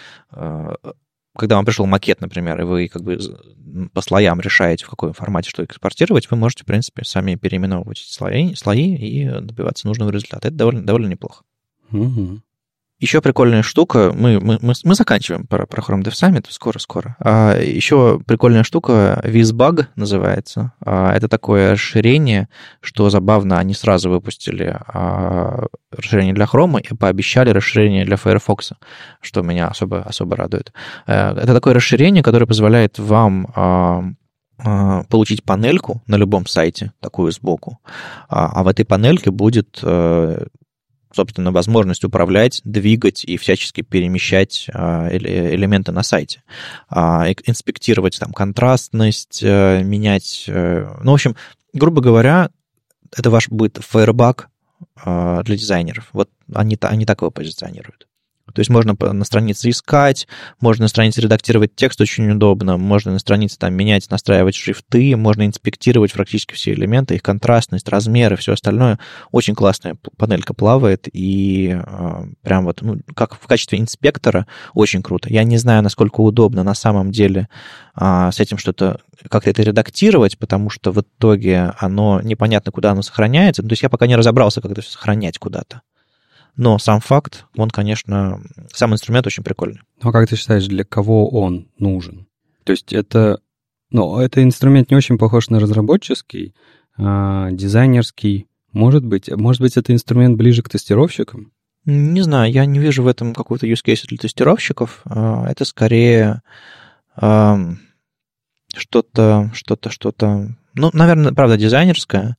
[SPEAKER 2] Когда вам пришел макет, например, и вы как бы по слоям решаете, в каком формате что экспортировать, вы можете, в принципе, сами переименовывать эти слои и добиваться нужного результата. Это довольно неплохо.
[SPEAKER 1] Угу.
[SPEAKER 2] Еще прикольная штука, мы заканчиваем про Chrome Dev Summit, скоро. Еще прикольная штука, VizBug называется. Это такое расширение, что забавно, они сразу выпустили расширение для Chrome и пообещали расширение для Firefox, что меня особо радует. Это такое расширение, которое позволяет вам получить панельку на любом сайте, такую сбоку, а в этой панельке будет... собственно, возможность управлять, двигать и всячески перемещать элементы на сайте. Инспектировать там контрастность, менять... в общем, грубо говоря, это ваш будет Firebug для дизайнеров. Вот они так его позиционируют. То есть можно на странице искать, можно на странице редактировать текст очень удобно, можно на странице там менять, настраивать шрифты, можно инспектировать практически все элементы, их контрастность, размеры, все остальное. Очень классная панелька плавает, и прям вот, как в качестве инспектора очень круто. Я не знаю, насколько удобно на самом деле с этим что-то, как-то это редактировать, потому что в итоге оно непонятно, куда оно сохраняется. То есть я пока не разобрался, как это все сохранять куда-то. Но сам факт, он, конечно, сам инструмент очень прикольный.
[SPEAKER 1] Ну, а как ты считаешь, для кого он нужен? То есть это инструмент не очень похож на разработческий, дизайнерский. Может быть, это инструмент ближе к тестировщикам?
[SPEAKER 2] Не знаю, я не вижу в этом какого-то use case для тестировщиков. Это скорее что-то, ну, наверное, правда, дизайнерское.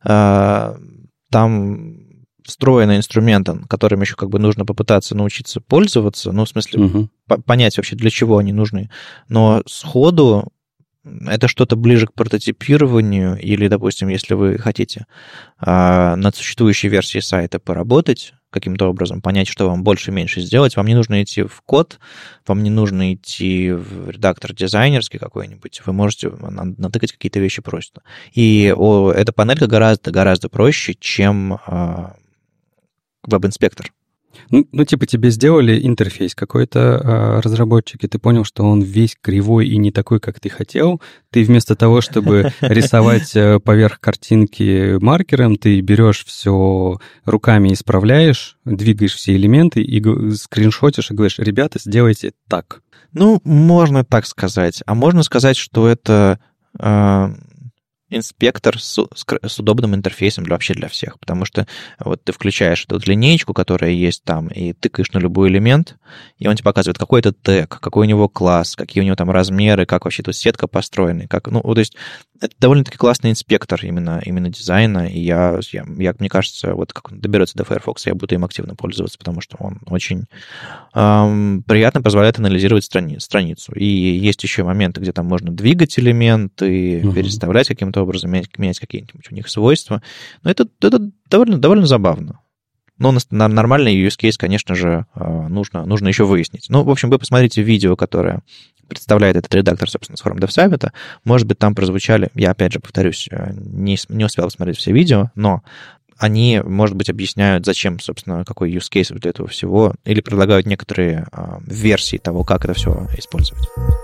[SPEAKER 2] Там встроенный инструмент, которым еще как бы нужно попытаться научиться пользоваться, ну, в смысле, понять вообще, для чего они нужны. Но сходу это что-то ближе к прототипированию, или, допустим, если вы хотите над существующей версией сайта поработать каким-то образом, понять, что вам больше и меньше сделать, вам не нужно идти в код, вам не нужно идти в редактор дизайнерский какой-нибудь, вы можете натыкать какие-то вещи просто. И эта панелька гораздо проще, чем веб-инспектор.
[SPEAKER 1] Ну, типа тебе сделали интерфейс какой-то разработчик, и ты понял, что он весь кривой и не такой, как ты хотел. Ты вместо того, чтобы рисовать поверх картинки маркером, ты берешь все руками, исправляешь, двигаешь все элементы и скриншотишь и говоришь: ребята, сделайте так.
[SPEAKER 2] Ну, можно так сказать. А можно сказать, что это инспектор с удобным интерфейсом вообще для всех, потому что вот ты включаешь эту линеечку, которая есть там, и тыкаешь на любой элемент, и он тебе показывает, какой это тег, какой у него класс, какие у него там размеры, как вообще тут сетка построена, как, ну, то есть это довольно-таки классный инспектор именно дизайна, и я, мне кажется, вот как он доберется до Firefox, я буду им активно пользоваться, потому что он очень приятно позволяет анализировать страницу. И есть еще моменты, где там можно двигать элементы, переставлять каким-то образом, менять какие-нибудь у них свойства. Но это довольно забавно. Но нормальный use case, конечно же, нужно еще выяснить. Ну, в общем, вы посмотрите видео, которое представляет этот редактор, собственно, с Chrome Dev Summit. Может быть, там прозвучали, я опять же повторюсь, не успел посмотреть все видео, но они, может быть, объясняют, зачем, собственно, какой use case для этого всего, или предлагают некоторые версии того, как это все использовать.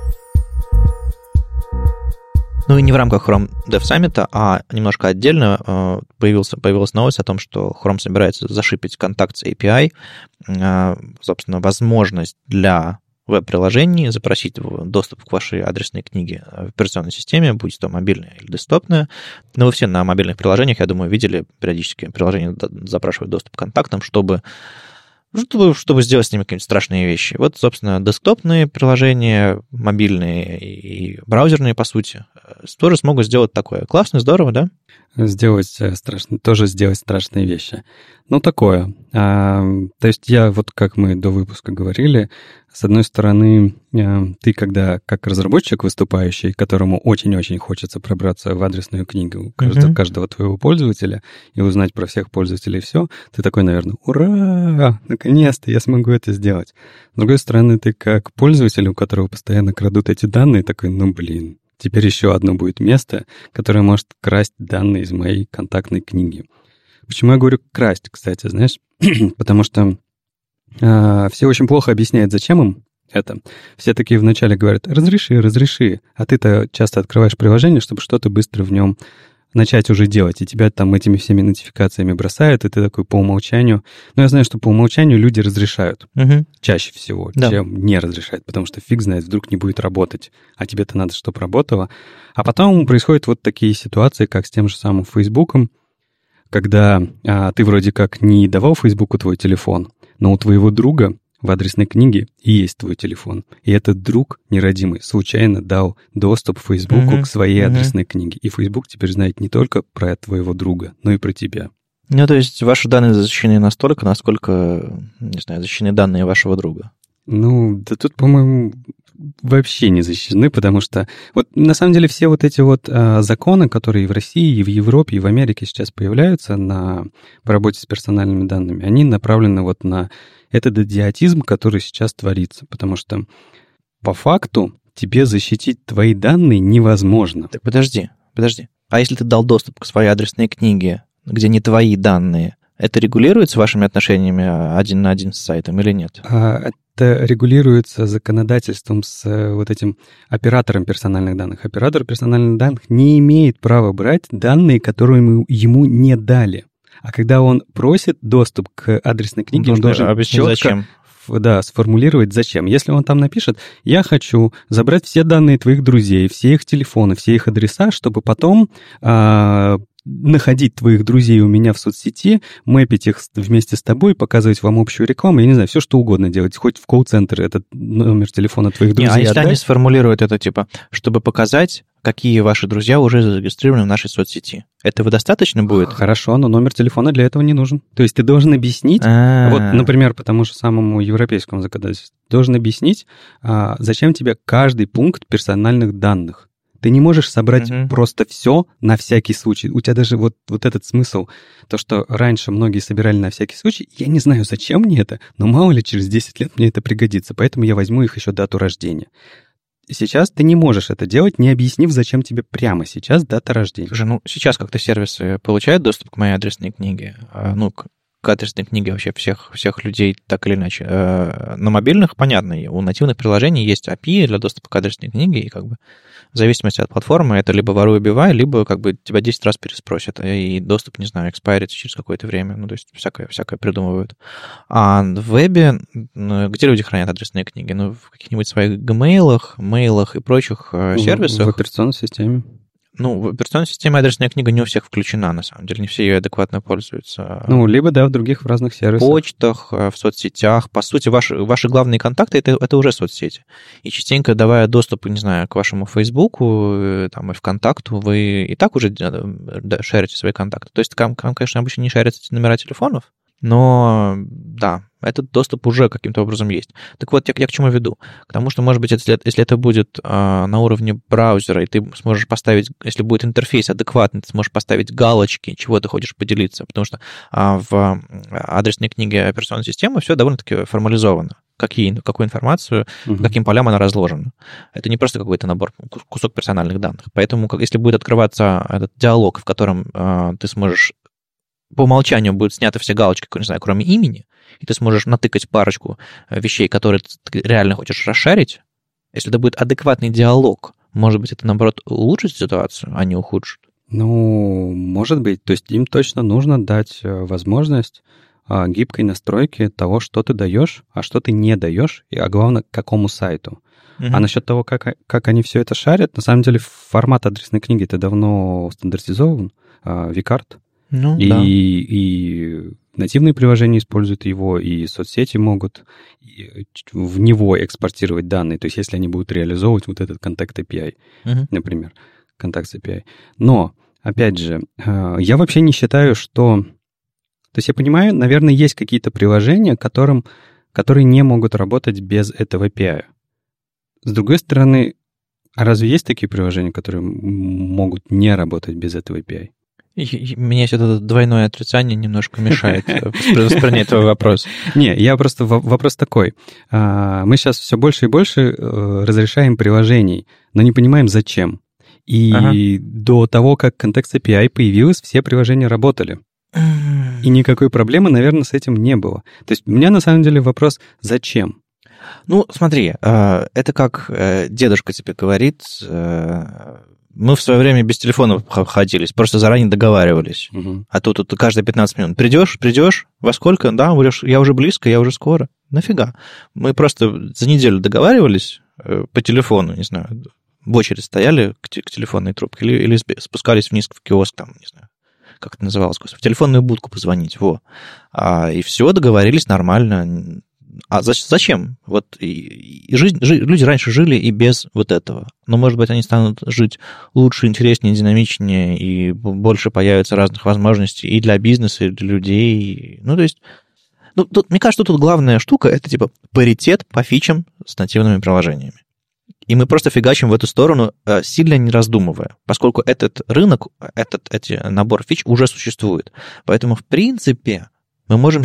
[SPEAKER 2] Ну и не в рамках Chrome Dev Summit, а немножко отдельно появилась новость о том, что Chrome собирается зашипить контакт с API, собственно, возможность для веб-приложений запросить доступ к вашей адресной книге в операционной системе, будь то мобильная или десктопная. Но вы все на мобильных приложениях, я думаю, видели периодически приложения запрашивают доступ к контактам, чтобы сделать с ними какие-нибудь страшные вещи. Вот, собственно, десктопные приложения, мобильные и браузерные, по сути, тоже смогут сделать такое. Классно, здорово, да?
[SPEAKER 1] Сделать страшные вещи. Ну, такое. То есть я, вот как мы до выпуска говорили, с одной стороны, ты когда как разработчик выступающий, которому очень-очень хочется пробраться в адресную книгу каждого твоего пользователя и узнать про всех пользователей все, ты такой, наверное, ура, наконец-то я смогу это сделать. С другой стороны, ты как пользователь, у которого постоянно крадут эти данные, такой, ну, блин, теперь еще одно будет место, которое может красть данные из моей контактной книги. Почему я говорю красть, кстати, знаешь? Потому что все очень плохо объясняют, зачем им это. Все такие вначале говорят: разреши, а ты-то часто открываешь приложение, чтобы что-то быстро в нем начать уже делать, и тебя там этими всеми нотификациями бросают, и ты такой по умолчанию... Ну, я знаю, что по умолчанию люди разрешают чаще всего, чем не разрешают, потому что фиг знает, вдруг не будет работать, а тебе-то надо, чтобы работало. А потом происходят вот такие ситуации, как с тем же самым Фейсбуком, когда ты вроде как не давал Фейсбуку твой телефон, но у твоего друга в адресной книге и есть твой телефон. И этот друг нерадимый случайно дал доступ Фейсбуку к своей адресной книге. И Фейсбук теперь знает не только про твоего друга, но и про тебя.
[SPEAKER 2] Ну, то есть ваши данные защищены настолько, насколько, не знаю, защищены данные вашего друга.
[SPEAKER 1] Ну, да тут, по-моему, вообще не защищены, потому что вот на самом деле все вот эти вот законы, которые и в России, и в Европе, и в Америке сейчас появляются по работе с персональными данными, они направлены вот на этот идиотизм, который сейчас творится, потому что по факту тебе защитить твои данные невозможно.
[SPEAKER 2] Так подожди. А если ты дал доступ к своей адресной книге, где не твои данные, это регулируется вашими отношениями один на один с сайтом или нет?
[SPEAKER 1] Это регулируется законодательством с вот этим оператором персональных данных. Оператор персональных данных не имеет права брать данные, которые ему не дали. А когда он просит доступ к адресной книге, он должен
[SPEAKER 2] объяснить, зачем.
[SPEAKER 1] Сформулировать, зачем. Если он там напишет: я хочу забрать все данные твоих друзей, все их телефоны, все их адреса, чтобы потом находить твоих друзей у меня в соцсети, мэпить их вместе с тобой, показывать вам общую рекламу, я не знаю, все что угодно делать, хоть в колл-центр этот номер телефона твоих друзей
[SPEAKER 2] а если
[SPEAKER 1] отдать.
[SPEAKER 2] они сформулируют это, типа, чтобы показать, какие ваши друзья уже зарегистрированы в нашей соцсети, этого достаточно будет?
[SPEAKER 1] Хорошо, но номер телефона для этого не нужен. То есть ты должен объяснить, вот, например, по тому же самому европейскому законодательству, должен объяснить, зачем тебе каждый пункт персональных данных. Ты не можешь собрать просто все на всякий случай. У тебя даже вот этот смысл, то, что раньше многие собирали на всякий случай, я не знаю, зачем мне это, но мало ли через 10 лет мне это пригодится, поэтому я возьму их еще дату рождения. Сейчас ты не можешь это делать, не объяснив, зачем тебе прямо сейчас дата рождения.
[SPEAKER 2] Слушай, сейчас как-то сервисы получают доступ к моей адресной книге, к адресной книге вообще всех людей так или иначе. На мобильных, понятно, у нативных приложений есть API для доступа к адресной книге, и как бы в зависимости от платформы это либо воруй, убивай, либо как бы тебя 10 раз переспросят, и доступ, не знаю, экспайрится через какое-то время, то есть всякое придумывают. А в вебе, где люди хранят адресные книги? В каких-нибудь своих гмейлах, мейлах и прочих сервисах.
[SPEAKER 1] В операционной системе.
[SPEAKER 2] В операционной системе адресная книга не у всех включена, на самом деле, не все ее адекватно пользуются.
[SPEAKER 1] Либо, да, в разных сервисах.
[SPEAKER 2] В почтах, в соцсетях. По сути, ваши главные контакты — это уже соцсети. И частенько, давая доступ, не знаю, к вашему Фейсбуку, там, и ВКонтакту, вы и так уже шарите свои контакты. То есть, конечно, обычно не шарятся номера телефонов, но, да, этот доступ уже каким-то образом есть. Так вот, я к чему веду? К тому, что, может быть, если это будет на уровне браузера, и ты сможешь поставить, если будет интерфейс адекватный, ты сможешь поставить галочки, чего ты хочешь поделиться, потому что в адресной книге операционной системы все довольно-таки формализовано. Какую информацию, по каким полям она разложена. Это не просто какой-то набор, кусок персональных данных. Поэтому, если будет открываться этот диалог, в котором ты сможешь по умолчанию будут сняты все галочки, не знаю, кроме имени, и ты сможешь натыкать парочку вещей, которые ты реально хочешь расшарить. Если это будет адекватный диалог, может быть, это, наоборот, улучшит ситуацию, а не ухудшит?
[SPEAKER 1] Может быть. То есть им точно нужно дать возможность гибкой настройки того, что ты даешь, а что ты не даешь, а главное, к какому сайту. А насчет того, как они все это шарят, на самом деле формат адресной книги-то давно стандартизован, Vcard. И нативные приложения используют его, и соцсети могут в него экспортировать данные. То есть если они будут реализовывать вот этот Contact API, например, Contacts API. Но, опять же, я вообще не считаю, что... То есть я понимаю, наверное, есть какие-то приложения, которые не могут работать без этого API. С другой стороны, а разве есть такие приложения, которые могут не работать без этого API?
[SPEAKER 2] Мне это двойное отрицание немножко мешает воспринять твой вопрос.
[SPEAKER 1] Не, я просто... Вопрос такой. Мы сейчас все больше и больше разрешаем приложений, но не понимаем, зачем. И до того, как Context API появилась, все приложения работали. И никакой проблемы, наверное, с этим не было. То есть у меня на самом деле вопрос, зачем?
[SPEAKER 2] Смотри, это как дедушка тебе говорит... Мы в свое время без телефонов обходились, просто заранее договаривались. А тут каждые 15 минут. Придешь? Во сколько? Да, я уже близко, я уже скоро. Нафига? Мы просто за неделю договаривались по телефону, не знаю, в очередь стояли к телефонной трубке или спускались вниз в киоск, там, не знаю, как это называлось, в телефонную будку позвонить, и все, договорились нормально. А зачем? Люди раньше жили и без вот этого. Но, может быть, они станут жить лучше, интереснее, динамичнее, и больше появится разных возможностей и для бизнеса, и для людей. То есть, мне кажется, тут главная штука — это типа паритет по фичам с нативными приложениями. И мы просто фигачим в эту сторону, сильно не раздумывая, поскольку этот рынок, этот набор фич уже существует. Поэтому, в принципе, мы можем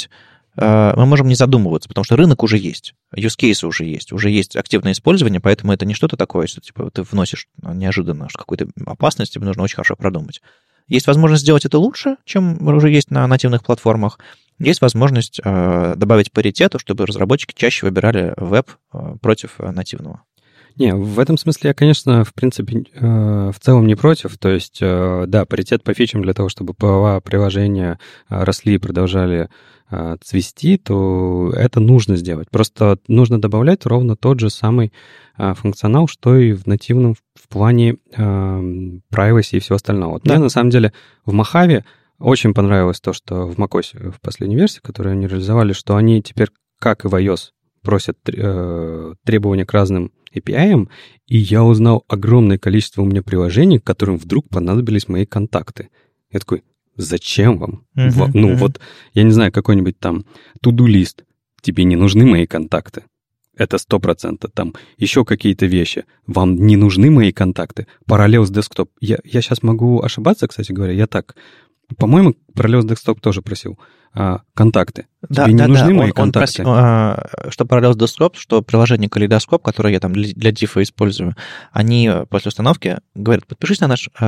[SPEAKER 2] не задумываться, потому что рынок уже есть, use cases уже есть активное использование, поэтому это не что-то такое, что типа ты вносишь неожиданно какую-то опасность, тебе нужно очень хорошо продумать. Есть возможность сделать это лучше, чем уже есть на нативных платформах. Есть возможность добавить паритету, чтобы разработчики чаще выбирали веб против нативного.
[SPEAKER 1] Не, в этом смысле я, конечно, в принципе, в целом не против. То есть, да, паритет по фичам для того, чтобы приложения росли и продолжали цвести, то это нужно сделать. Просто нужно добавлять ровно тот же самый функционал, что и в нативном в плане privacy и всего остального. Вот мне, на самом деле, в Mojave очень понравилось то, что в macOS в последней версии, которую они реализовали, что они теперь, как и в iOS, просят требования к разным API, и я узнал огромное количество у меня приложений, которым вдруг понадобились мои контакты. Я такой, зачем вам? Вот, я не знаю, какой-нибудь там to-do-лист. Тебе не нужны мои контакты. Это 100%. Там еще какие-то вещи. Вам не нужны мои контакты. Parallels Desktop. Я сейчас могу ошибаться, кстати говоря. Я так... По-моему, Parallels Desktop тоже просил. Контакты. Тебе не нужны мои контакты.
[SPEAKER 2] Он просил, что Parallels Desktop, что приложение Калейдоскоп, которое я там для дифа использую, они после установки говорят, подпишись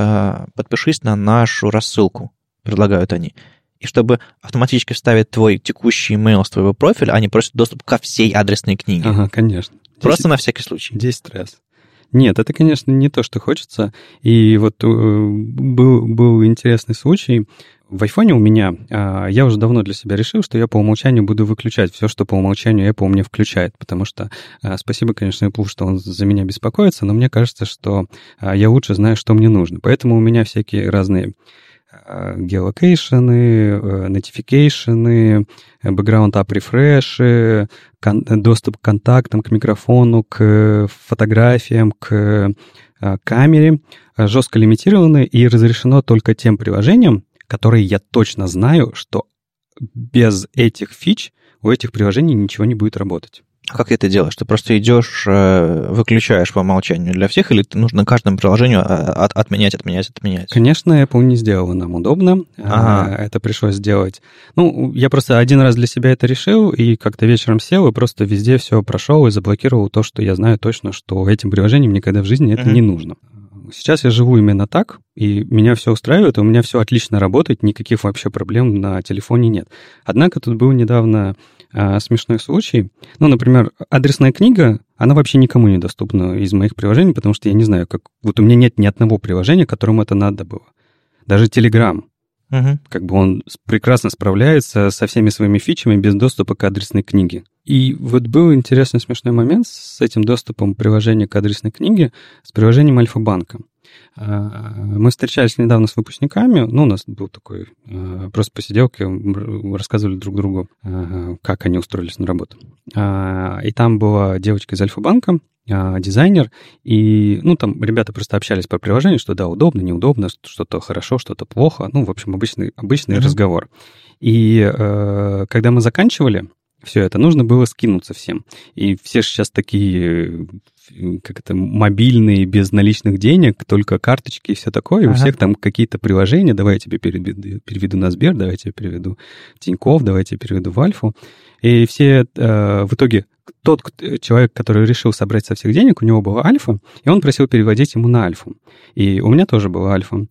[SPEAKER 2] на нашу рассылку, предлагают они. И чтобы автоматически вставить твой текущий email с твоего профиля, они просят доступ ко всей адресной книге.
[SPEAKER 1] Ага, конечно.
[SPEAKER 2] Просто на всякий случай.
[SPEAKER 1] 10 раз. Нет, это, конечно, не то, что хочется. И вот был интересный случай. В айфоне у меня, я уже давно для себя решил, что я по умолчанию буду выключать все, что по умолчанию Apple мне включает, потому что спасибо, конечно, Apple, что он за меня беспокоится, но мне кажется, что я лучше знаю, что мне нужно. Поэтому у меня всякие разные геолокейшены, нотификейшены, background app refresh, доступ к контактам, к микрофону, к фотографиям, к камере жестко лимитированы и разрешено только тем приложениям, которые я точно знаю, что без этих фич у этих приложений ничего не будет работать.
[SPEAKER 2] А как ты это делаешь? Ты просто идешь, выключаешь по умолчанию для всех, или нужно каждому приложению отменять?
[SPEAKER 1] Конечно, Apple не сделала нам удобно. Это пришлось сделать. Я просто один раз для себя это решил, и как-то вечером сел, и просто везде все прошел и заблокировал то, что я знаю точно, что этим приложениям никогда в жизни это не нужно. Сейчас я живу именно так, и меня все устраивает, и у меня все отлично работает, никаких вообще проблем на телефоне нет. Однако тут был недавно смешной случай. Например, адресная книга, она вообще никому не доступна из моих приложений, потому что я не знаю, как... Вот у меня нет ни одного приложения, которому это надо было. Даже Telegram. Как бы он прекрасно справляется со всеми своими фичами без доступа к адресной книге. И вот был интересный смешной момент с этим доступом приложения к адресной книге с приложением Альфа-банка. Мы встречались недавно с выпускниками, у нас был такой просто посиделки, рассказывали друг другу, как они устроились на работу. И там была девочка из Альфа-банка, дизайнер, и, там ребята просто общались по приложению, что да, удобно, неудобно, что-то хорошо, что-то плохо, в общем, обычный разговор. И когда мы заканчивали все это, нужно было скинуться всем. И все же сейчас такие, мобильные, без наличных денег, только карточки и все такое. И у всех там какие-то приложения. Давай я тебе переведу на Сбер, давай я тебе переведу в Тинькофф, давай я тебе переведу в Альфу. И все в итоге... Тот человек, который решил собрать со всех денег, у него была Альфа, и он просил переводить ему на Альфу. И у меня тоже была Альфа.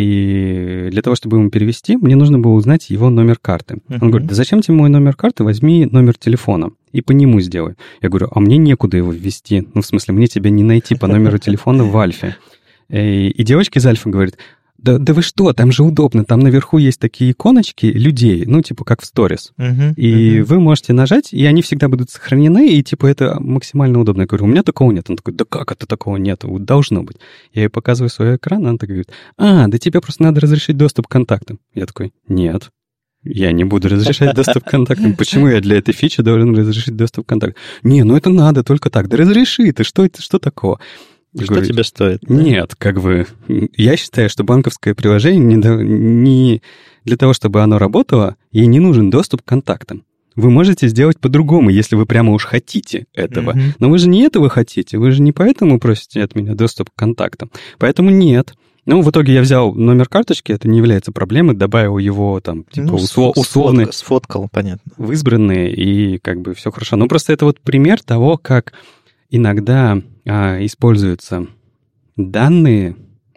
[SPEAKER 1] И для того, чтобы ему перевести, мне нужно было узнать его номер карты. Он говорит, да зачем тебе мой номер карты? Возьми номер телефона и по нему сделай. Я говорю, а мне некуда его ввести. В смысле, мне тебя не найти по номеру телефона в Альфе. И девочка из Альфы говорит, да вы что, там же удобно, там наверху есть такие иконочки людей, как в сторис. И вы можете нажать, и они всегда будут сохранены, и это максимально удобно. Я говорю, у меня такого нет. Он такой, да как это такого нет? Должно быть. Я ей показываю свой экран, она такая говорит, да тебе просто надо разрешить доступ к контактам. Я такой, нет. Я не буду разрешать доступ к контактам. Почему я для этой фичи должен разрешить доступ к контактам? Не, это надо только так. Да разреши ты, что такого?
[SPEAKER 2] Что тебе стоит?
[SPEAKER 1] Нет, я считаю, что банковское приложение не для того, чтобы оно работало, ей не нужен доступ к контактам. Вы можете сделать по-другому, если вы прямо уж хотите этого. Но вы же не этого хотите, вы же не поэтому просите от меня доступ к контактам. Поэтому нет. В итоге я взял номер карточки, это не является проблемой, добавил его условно...
[SPEAKER 2] Сфоткал, понятно.
[SPEAKER 1] В избранные, и все хорошо. Просто это пример того, как иногда используются данные,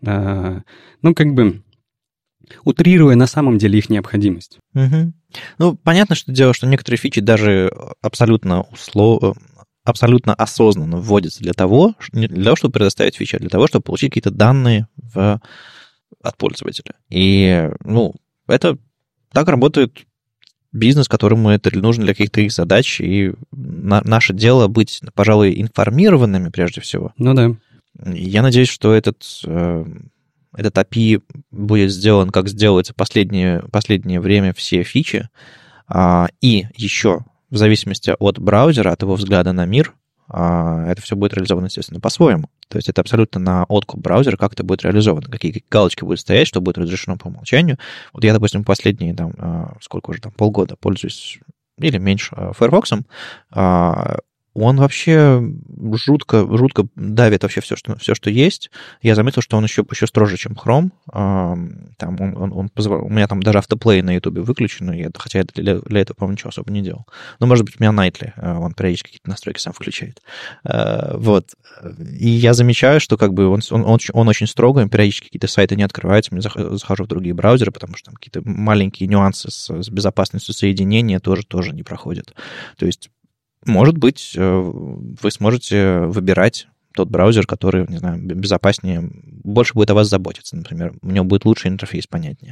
[SPEAKER 1] утрируя на самом деле их необходимость.
[SPEAKER 2] Понятно, что дело, что некоторые фичи даже абсолютно осознанно вводятся для того, чтобы предоставить фичи, а для того, чтобы получить какие-то данные от пользователя. И, это так работает бизнес, которому это нужно для каких-то их задач, и наше дело быть, пожалуй, информированными прежде всего.
[SPEAKER 1] Ну да.
[SPEAKER 2] Я надеюсь, что этот API будет сделан, как сделаются последнее время все фичи, и еще в зависимости от браузера, от его взгляда на мир, это все будет реализовано, естественно, по-своему. То есть это абсолютно на откуп браузера, как это будет реализовано, какие галочки будут стоять, что будет разрешено по умолчанию. Вот я, допустим, последние, полгода пользуюсь, или меньше, Firefox. Он вообще жутко давит вообще все, что есть. Я заметил, что он еще строже, чем Chrome. Там у меня там даже автоплей на YouTube выключен, хотя я для этого, по-моему, ничего особо не делал. Но, может быть, у меня Nightly, он периодически какие-то настройки сам включает. Вот. И я замечаю, что как бы он очень строго, периодически какие-то сайты не открываются, я захожу в другие браузеры, потому что там какие-то маленькие нюансы с безопасностью соединения тоже не проходят. То есть может быть, вы сможете выбирать тот браузер, который, не знаю, безопаснее, больше будет о вас заботиться, например. У него будет лучший интерфейс, понятнее.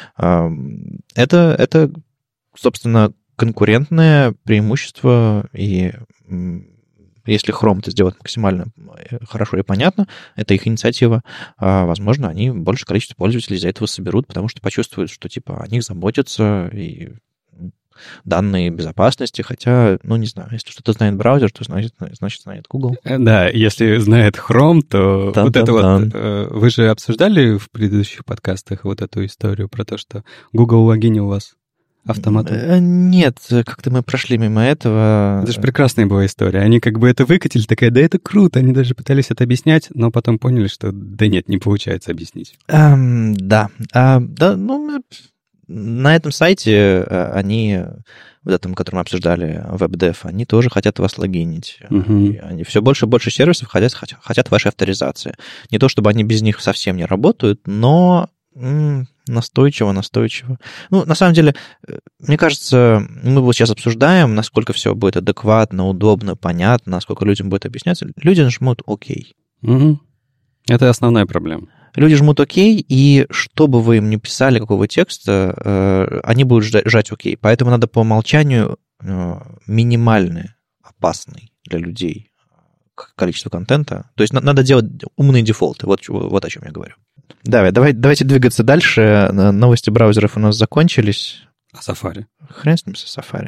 [SPEAKER 2] Это, собственно, конкурентное преимущество, и если Chrome это сделать максимально хорошо и понятно, это их инициатива, возможно, они большее количество пользователей из-за этого соберут, потому что почувствуют, что типа о них заботятся, и данные безопасности, хотя, не знаю, если что-то знает браузер, то значит знает Google.
[SPEAKER 1] Да, если знает Chrome, то вы же обсуждали в предыдущих подкастах вот эту историю про то, что Google логинил вас автоматом?
[SPEAKER 2] Нет, как-то мы прошли мимо этого.
[SPEAKER 1] Это же прекрасная была история. Они как бы это выкатили, такая, да это круто. Они даже пытались это объяснять, но потом поняли, что да нет, не получается объяснить.
[SPEAKER 2] На этом сайте они, вот этом, который мы обсуждали, WebDev, они тоже хотят вас логинить.
[SPEAKER 1] Uh-huh.
[SPEAKER 2] Они все больше и больше сервисов хотят вашей авторизации. Не то, чтобы они без них совсем не работают, но настойчиво. На самом деле, мне кажется, мы вот сейчас обсуждаем, насколько все будет адекватно, удобно, понятно, насколько людям будет объясняться. Люди нажмут «Ок».
[SPEAKER 1] Uh-huh. Это основная проблема.
[SPEAKER 2] Люди жмут «Ок», и что бы вы им ни писали, какого текста, они будут жать «Ок». Поэтому надо по умолчанию минимальный, опасный для людей количество контента. То есть надо делать умные дефолты. Вот о чем я говорю. Давайте двигаться дальше. Новости браузеров у нас закончились.
[SPEAKER 1] А Safari?
[SPEAKER 2] Хрен с ним со Safari.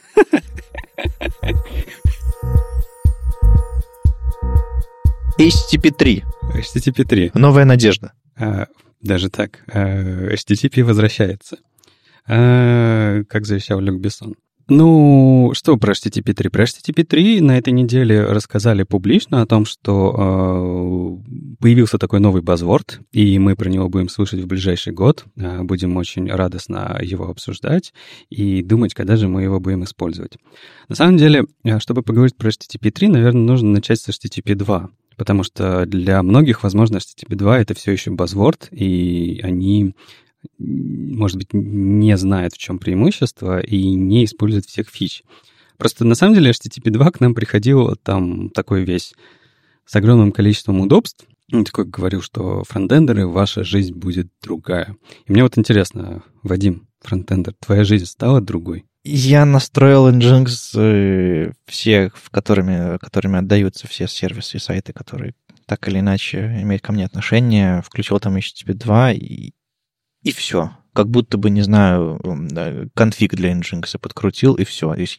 [SPEAKER 2] HTTP 3. Новая надежда.
[SPEAKER 1] Даже так. HTTP возвращается. Как завещал Люк Бессон. Что про HTTP 3? Про HTTP 3 на этой неделе рассказали публично о том, что появился такой новый базворд, и мы про него будем слушать в ближайший год. Будем очень радостно его обсуждать и думать, когда же мы его будем использовать. На самом деле, чтобы поговорить про HTTP 3, наверное, нужно начать с HTTP 2. Потому что для многих, возможно, HTTP 2 — это все еще базворд, и они, может быть, не знают, в чем преимущество, и не используют всех фич. Просто на самом деле HTTP 2 к нам приходил там такой весь с огромным количеством удобств. Он такой говорил, что фронтендеры, ваша жизнь будет другая. И мне вот интересно, Вадим, фронтендер, твоя жизнь стала другой?
[SPEAKER 2] Я настроил Nginx все, которыми отдаются все сервисы и сайты, которые так или иначе имеют ко мне отношение. Включил там HTTP 2 и все. Как будто бы, не знаю, конфиг для Nginx подкрутил, и все. То есть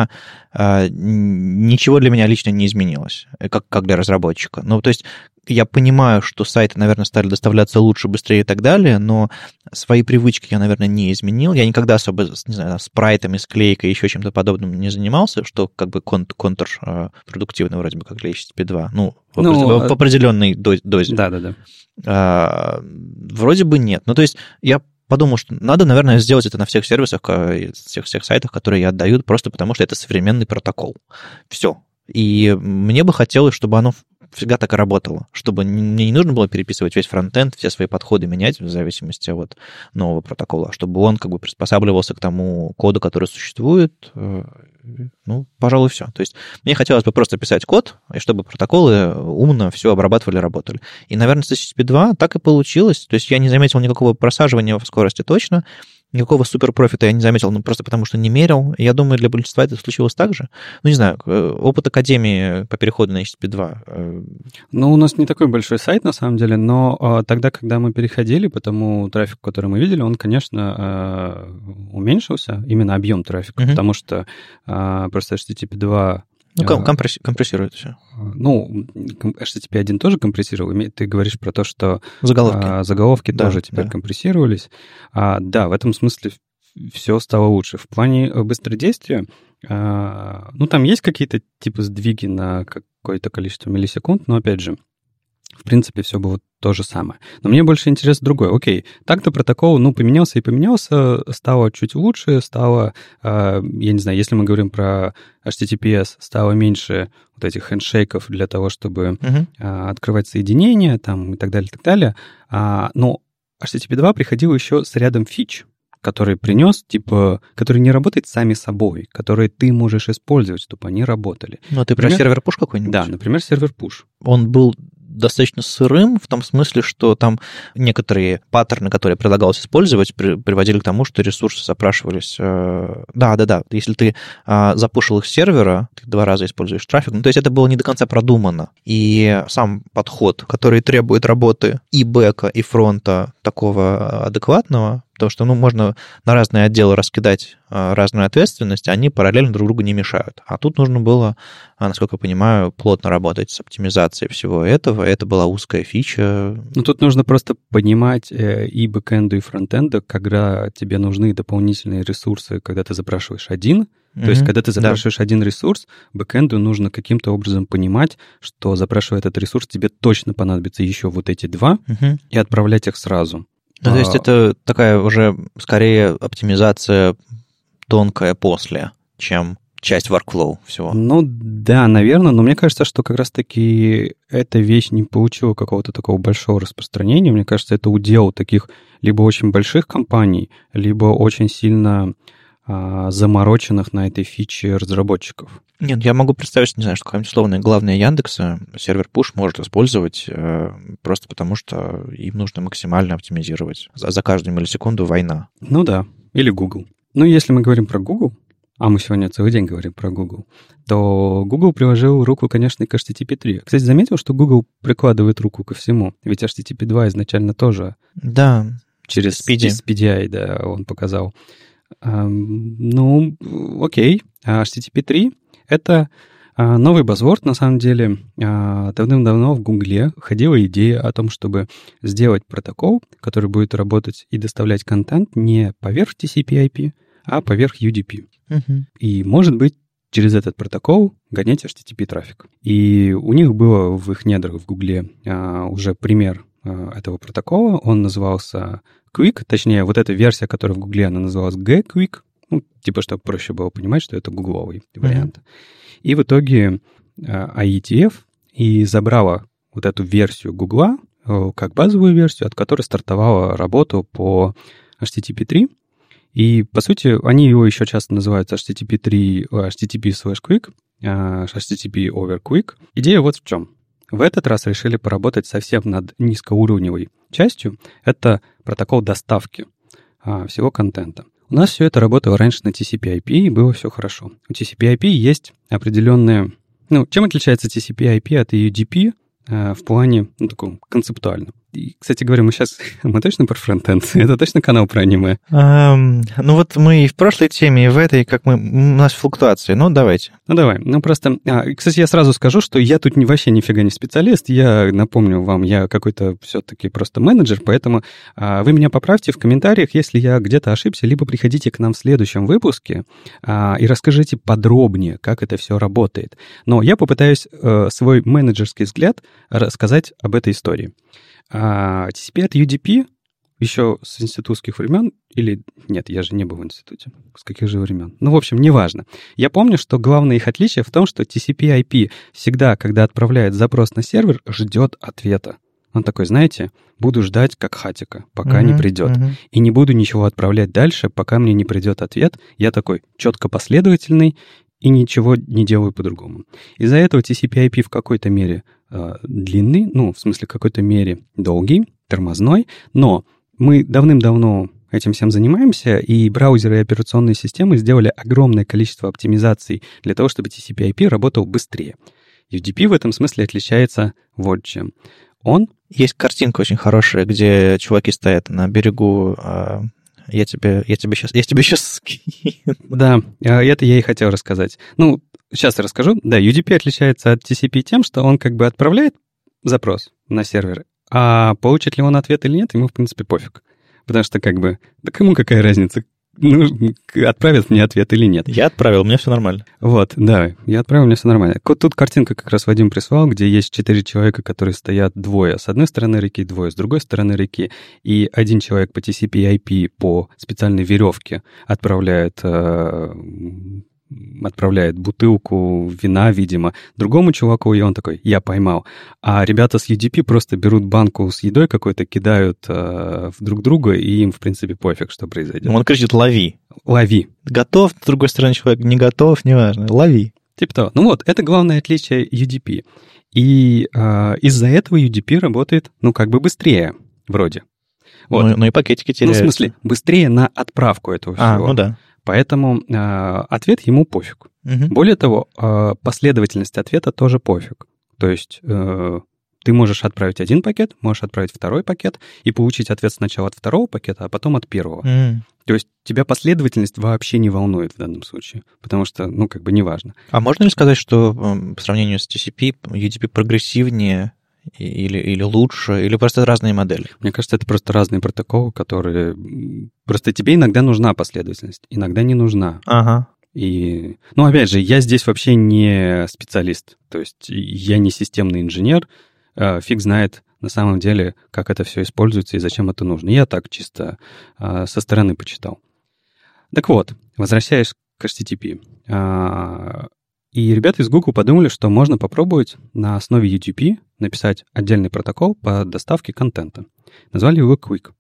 [SPEAKER 2] ничего для меня лично не изменилось, как для разработчика. То есть я понимаю, что сайты, наверное, стали доставляться лучше, быстрее и так далее, но свои привычки я, наверное, не изменил. Я никогда особо, не знаю, спрайтами, склейкой, еще чем-то подобным не занимался, что как бы контрпродуктивно вроде бы, как для HTTP 2. В определенной дозе.
[SPEAKER 1] Да.
[SPEAKER 2] Вроде бы нет. То есть я подумал, что надо, наверное, сделать это на всех сервисах, всех сайтах, которые отдают, просто потому что это современный протокол. Все. И мне бы хотелось, чтобы оно всегда так и работало, чтобы мне не нужно было переписывать весь фронтенд, все свои подходы менять в зависимости от нового протокола, а чтобы он как бы приспосабливался к тому коду, который существует. Пожалуй, все. То есть мне хотелось бы просто писать код, и чтобы протоколы умно все обрабатывали, работали. И, наверное, с HTTP 2 так и получилось. То есть я не заметил никакого просаживания в скорости точно. Никакого суперпрофита я не заметил, просто потому что не мерил. Я думаю, для большинства это случилось так же. Не знаю, опыт Академии по переходу на HTTP 2.
[SPEAKER 1] У нас не такой большой сайт, на самом деле, но тогда, когда мы переходили по тому трафику, который мы видели, он, конечно, уменьшился, именно объем трафика, потому что просто HTTP 2...
[SPEAKER 2] компрессирует все.
[SPEAKER 1] HTTP 1 тоже компрессировал. Ты говоришь про то, что
[SPEAKER 2] заголовки
[SPEAKER 1] тоже теперь компрессировались. Да, в этом смысле все стало лучше. В плане быстродействия, там есть какие-то типа сдвиги на какое-то количество миллисекунд, но, опять же, в принципе, все было то же самое. Но мне больше интересно другое. Окей, так-то протокол, поменялся и поменялся, стало чуть лучше, стало, я не знаю, если мы говорим про HTTPS, стало меньше вот этих хендшейков для того, чтобы открывать соединения там, и так далее, и так далее. Но HTTP 2 приходил еще с рядом фич, который принес, который не работает сами собой, которые ты можешь использовать, чтобы они работали.
[SPEAKER 2] Ты про сервер push какой-нибудь?
[SPEAKER 1] Да, например, сервер push. Он
[SPEAKER 2] был достаточно сырым в том смысле, что там некоторые паттерны, которые предлагалось использовать, приводили к тому, что ресурсы запрашивались. Да. Если ты запушил их с сервера, ты 2 раза используешь трафик. То есть это было не до конца продумано. И сам подход, который требует работы и бэка, и фронта такого адекватного, потому что можно на разные отделы раскидать разную ответственность, они параллельно друг другу не мешают. А тут нужно было, насколько я понимаю, плотно работать с оптимизацией всего этого. Это была узкая фича.
[SPEAKER 1] Тут нужно просто понимать и бэкэнду, и фронтенду, когда тебе нужны дополнительные ресурсы, когда ты запрашиваешь один. То есть, когда ты запрашиваешь один ресурс, бэкэнду нужно каким-то образом понимать, что, запрашивая этот ресурс, тебе точно понадобится еще вот эти 2, и отправлять их сразу.
[SPEAKER 2] То есть это такая уже скорее оптимизация тонкая после, чем часть workflow всего.
[SPEAKER 1] Да, наверное, но мне кажется, что как раз-таки эта вещь не получила какого-то такого большого распространения. Мне кажется, это удел таких либо очень больших компаний, либо очень сильно замороченных на этой фиче разработчиков.
[SPEAKER 2] Нет, я могу представить, не знаю, что какая-нибудь условная главная Яндекса сервер push может использовать просто потому, что им нужно максимально оптимизировать. За каждую миллисекунду война.
[SPEAKER 1] Да, или Google. Если мы говорим про Google, а мы сегодня целый день говорим про Google, то Google приложил руку, конечно, и к HTTP 3. Кстати, заметил, что Google прикладывает руку ко всему, ведь HTTP 2 изначально тоже через SPDI, он показал. Окей. HTTP 3 — это новый базворд, на самом деле. Давным-давно в Гугле ходила идея о том, чтобы сделать протокол, который будет работать и доставлять контент не поверх TCP/IP, а поверх UDP. И, может быть, через этот протокол гонять HTTP-трафик. И у них было в их недрах в Гугле уже пример этого протокола. Он назывался Quick, точнее, вот эта версия, которая в Гугле, она называлась G-Quick, чтобы проще было понимать, что это гугловый вариант. И в итоге IETF и забрала вот эту версию Гугла как базовую версию, от которой стартовала работу по HTTP 3. И, по сути, они его еще часто называют HTTP 3, HTTP/Quick, HTTP over Quick. Идея вот в чем. В этот раз решили поработать совсем над низкоуровневой частью. Это протокол доставки всего контента. У нас все это работало раньше на TCP/IP, и было все хорошо. У TCP/IP есть определенные... чем отличается TCP/IP от UDP в плане, таком концептуальном? И, кстати говоря, мы точно про фронтенд? Это точно канал про аниме?
[SPEAKER 2] Мы и в прошлой теме, и в этой, у нас флуктуации. Давайте.
[SPEAKER 1] Давай. Просто... кстати, я сразу скажу, что я тут вообще нифига не специалист. Я напомню вам, я какой-то все-таки просто менеджер, поэтому вы меня поправьте в комментариях, если я где-то ошибся, либо приходите к нам в следующем выпуске и расскажите подробнее, как это все работает. Но я попытаюсь свой менеджерский взгляд рассказать об этой истории. TCP от UDP еще с институтских времен, или нет, я же не был в институте. С каких же времен? В общем, неважно. Я помню, что главное их отличие в том, что TCP/IP всегда, когда отправляет запрос на сервер, ждет ответа. Он такой, знаете, буду ждать как хатика, пока не придет. И не буду ничего отправлять дальше, пока мне не придет ответ. Я такой четко последовательный и ничего не делаю по-другому. Из-за этого TCP/IP в какой-то мере длинный, в смысле в какой-то мере долгий, тормозной, но мы давным-давно этим всем занимаемся, и браузеры и операционные системы сделали огромное количество оптимизаций для того, чтобы TCP/IP работал быстрее. UDP в этом смысле отличается вот чем.
[SPEAKER 2] Есть картинка очень хорошая, где чуваки стоят на берегу. Я тебе сейчас скину.
[SPEAKER 1] Да, это я и хотел рассказать. Ну, сейчас я расскажу. Да, UDP отличается от TCP тем, что он как бы отправляет запрос на сервер, а получит ли он ответ или нет, ему, в принципе, пофиг. Потому что как бы, да кому какая разница, ну, отправит мне ответ или нет.
[SPEAKER 2] Я отправил, у меня все нормально.
[SPEAKER 1] Вот, да, я отправил, у меня все нормально. Тут картинка как раз Вадим прислал, где есть 4 человека, которые стоят двое. С одной стороны реки, двое с другой стороны реки. И один человек по TCP/IP по специальной веревке отправляет бутылку вина, видимо, другому чуваку, и он такой, я поймал. А ребята с UDP просто берут банку с едой какой-то, кидают друг друга, и им, в принципе, пофиг, что произойдет.
[SPEAKER 2] Он кричит «лови».
[SPEAKER 1] Лови.
[SPEAKER 2] Готов, с другой стороны человек не готов, неважно, лови.
[SPEAKER 1] Типа того. Ну вот, это главное отличие UDP. И из-за этого UDP работает, ну, как бы быстрее, вроде. Вот.
[SPEAKER 2] Ну и пакетики теряются.
[SPEAKER 1] Ну, в смысле, быстрее на отправку этого всего.
[SPEAKER 2] Ну да.
[SPEAKER 1] Поэтому ответ ему пофиг.
[SPEAKER 2] Угу.
[SPEAKER 1] Более того, последовательность ответа тоже пофиг. То есть ты можешь отправить один пакет, можешь отправить второй пакет и получить ответ сначала от второго пакета, а потом от первого. То есть тебя последовательность вообще не волнует в данном случае, потому что, ну, как бы неважно.
[SPEAKER 2] А можно ли сказать, что по сравнению с TCP, UDP прогрессивнее или лучше, или просто разные модели?
[SPEAKER 1] Мне кажется, это просто разные протоколы, которые... Просто тебе иногда нужна последовательность, иногда не нужна.
[SPEAKER 2] Ага.
[SPEAKER 1] И, ну, опять же, я здесь вообще не специалист, то есть я не системный инженер, фиг знает на самом деле, как это все используется и зачем это нужно. Я так чисто со стороны почитал. Так вот, возвращаясь к HTTP. И ребята из Google подумали, что можно попробовать на основе UDP написать отдельный протокол по доставке контента. Назвали его Quick.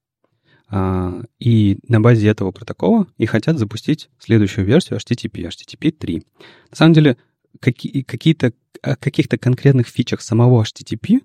[SPEAKER 1] И на базе этого протокола и хотят запустить следующую версию HTTP 3. На самом деле, о каких-то конкретных фичах самого HTTP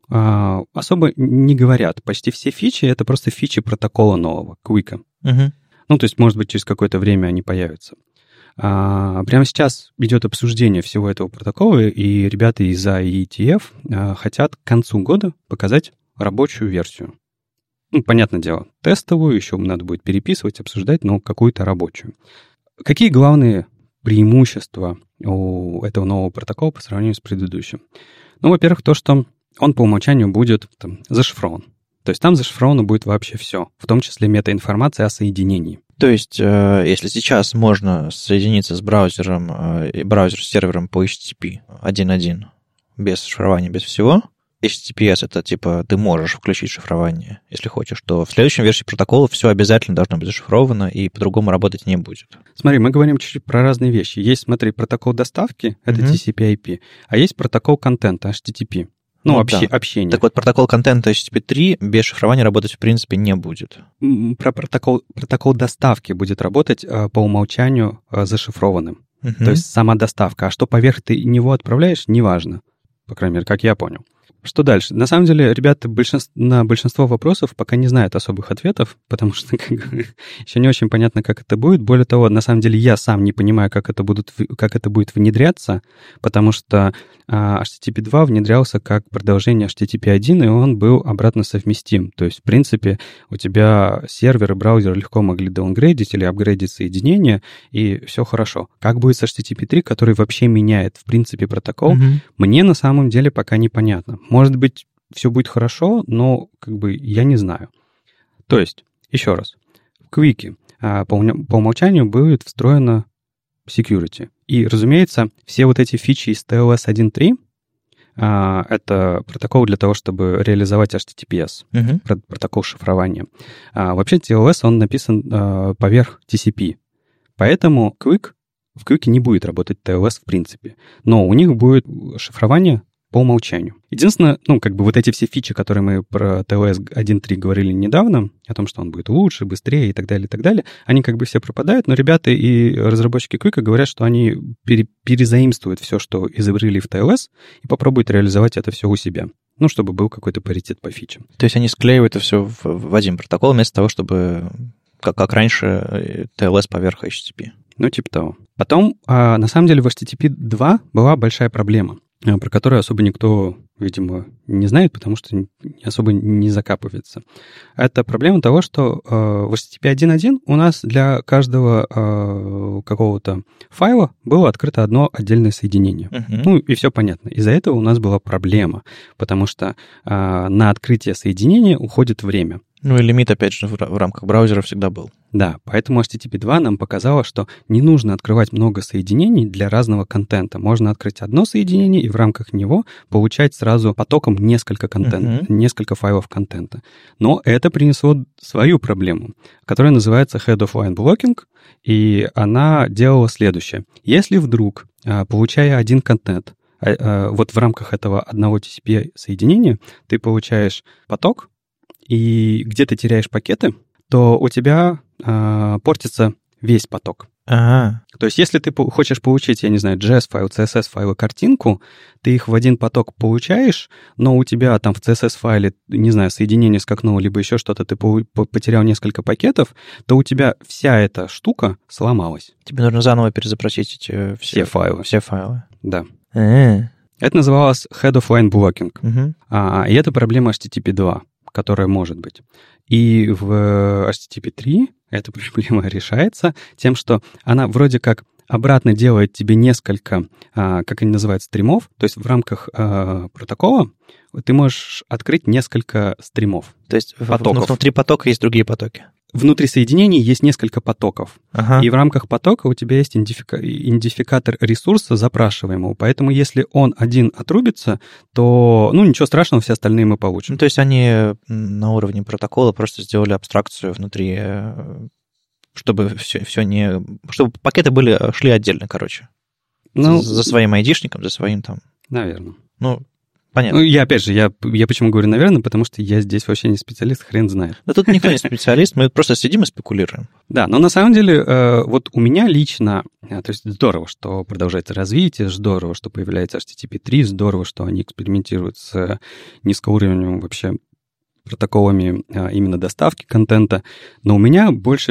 [SPEAKER 1] особо не говорят. Почти все фичи — это просто фичи протокола нового, Quick.
[SPEAKER 2] Угу.
[SPEAKER 1] Ну, то есть, может быть, через какое-то время они появятся. Прямо сейчас идет обсуждение всего этого протокола, и ребята из IETF хотят к концу года показать рабочую версию. Ну, понятное дело, тестовую, еще надо будет переписывать, обсуждать, но какую-то рабочую. Какие главные преимущества у этого нового протокола по сравнению с предыдущим? Ну, во-первых, то, что он по умолчанию будет зашифрован. То есть там зашифровано будет вообще все, в том числе метаинформация о соединении.
[SPEAKER 2] То есть, если сейчас можно соединиться с браузером, браузер с сервером по HTTP 1.1 без шифрования, без всего, HTTPS — это типа ты можешь включить шифрование, если хочешь, то в следующей версии протокола все обязательно должно быть зашифровано и по-другому работать не будет.
[SPEAKER 1] Смотри, мы говорим чуть-чуть про разные вещи. Есть, смотри, протокол доставки, это TCP/IP, а есть протокол контента, HTTP. Ну, общение.
[SPEAKER 2] Так вот, протокол контента HTTP 3 без шифрования работать в принципе не будет.
[SPEAKER 1] Про протокол доставки будет работать по умолчанию зашифрованным. То есть сама доставка. А что поверх ты него отправляешь, неважно. По крайней мере, как я понял. Что дальше? На самом деле, ребята на большинство вопросов пока не знают особых ответов, потому что еще не очень понятно, как это будет. Более того, на самом деле, я сам не понимаю, как это будет внедряться, потому что HTTP 2 внедрялся как продолжение HTTP 1, и он был обратно совместим. То есть, в принципе, у тебя сервер и браузер легко могли даунгрейдить или апгрейдить соединение, и все хорошо. Как будет с HTTP 3, который вообще меняет, в принципе, протокол, мне на самом деле пока непонятно. Может быть, все будет хорошо, но как бы я не знаю. То есть, еще раз, в Quick по умолчанию будет встроено security. И, разумеется, все вот эти фичи из TLS 1.3 это протокол для того, чтобы реализовать HTTPS, протокол шифрования. Вообще TLS, он написан поверх TCP. Поэтому в Quick не будет работать TLS в принципе. Но у них будет шифрование по умолчанию. Единственное, вот эти все фичи, которые мы про TLS 1.3 говорили недавно, о том, что он будет лучше, быстрее и так далее, они как бы все пропадают, но ребята и разработчики Quick говорят, что они перезаимствуют все, что изобрели в TLS, и попробуют реализовать это все у себя. Чтобы был какой-то паритет по фичам.
[SPEAKER 2] То есть они склеивают это все в один протокол, вместо того, чтобы как раньше TLS поверх HTTP.
[SPEAKER 1] Ну, типа того. Потом, на самом деле, в HTTP 2 была большая проблема, про которую особо никто, видимо, не знает, потому что особо не закапывается. Это проблема того, что в HTTP 1.1 у нас для каждого какого-то файла было открыто одно отдельное соединение. Ну, и все понятно. Из-за этого у нас была проблема, потому что на открытие соединения уходит время.
[SPEAKER 2] Ну и лимит, опять же, в рамках браузера всегда был.
[SPEAKER 1] Да, поэтому HTTP 2 нам показало, что не нужно открывать много соединений для разного контента. Можно открыть одно соединение и в рамках него получать сразу потоком несколько контента, несколько файлов контента. Но это принесло свою проблему, которая называется Head of Line Blocking, и она делала следующее. Если вдруг, получая один контент, вот в рамках этого одного TCP-соединения ты получаешь поток, и где ты теряешь пакеты, то у тебя портится весь поток.
[SPEAKER 2] Ага.
[SPEAKER 1] То есть если ты хочешь получить, я не знаю, JS-файл, CSS-файл и картинку, ты их в один поток получаешь, но у тебя там в CSS-файле, не знаю, соединение скакнуло, либо еще что-то, ты потерял несколько пакетов, то у тебя вся эта штука сломалась.
[SPEAKER 2] Тебе нужно заново перезапросить эти все
[SPEAKER 1] файлы.
[SPEAKER 2] Все файлы.
[SPEAKER 1] Да. Это называлось Head of Line Blocking. И это проблема HTTP 2. Которая может быть. И в HTTP 3 эта проблема решается тем, что она вроде как обратно делает тебе несколько, как они называют, стримов. То есть в рамках протокола ты можешь открыть несколько стримов.
[SPEAKER 2] То есть
[SPEAKER 1] потоков.
[SPEAKER 2] Внутри потока есть другие потоки.
[SPEAKER 1] Внутри соединений есть несколько потоков.
[SPEAKER 2] Ага.
[SPEAKER 1] И в рамках потока у тебя есть идентификатор ресурса запрашиваемого. Поэтому если он один отрубится, то, ничего страшного, все остальные мы получим.
[SPEAKER 2] Ну, то есть они на уровне протокола просто сделали абстракцию внутри, чтобы все не... Чтобы пакеты шли отдельно, короче. За своим айдишником, за своим там...
[SPEAKER 1] Наверное.
[SPEAKER 2] Понятно.
[SPEAKER 1] Я опять же, я почему говорю «наверное», потому что я здесь вообще не специалист, хрен знает.
[SPEAKER 2] Да тут никто не специалист, мы просто сидим и спекулируем.
[SPEAKER 1] Да, но на самом деле вот у меня лично, то есть здорово, что продолжается развитие, здорово, что появляется HTTP 3, здорово, что они экспериментируют с низкоуровневым вообще протоколами именно доставки контента, но у меня больше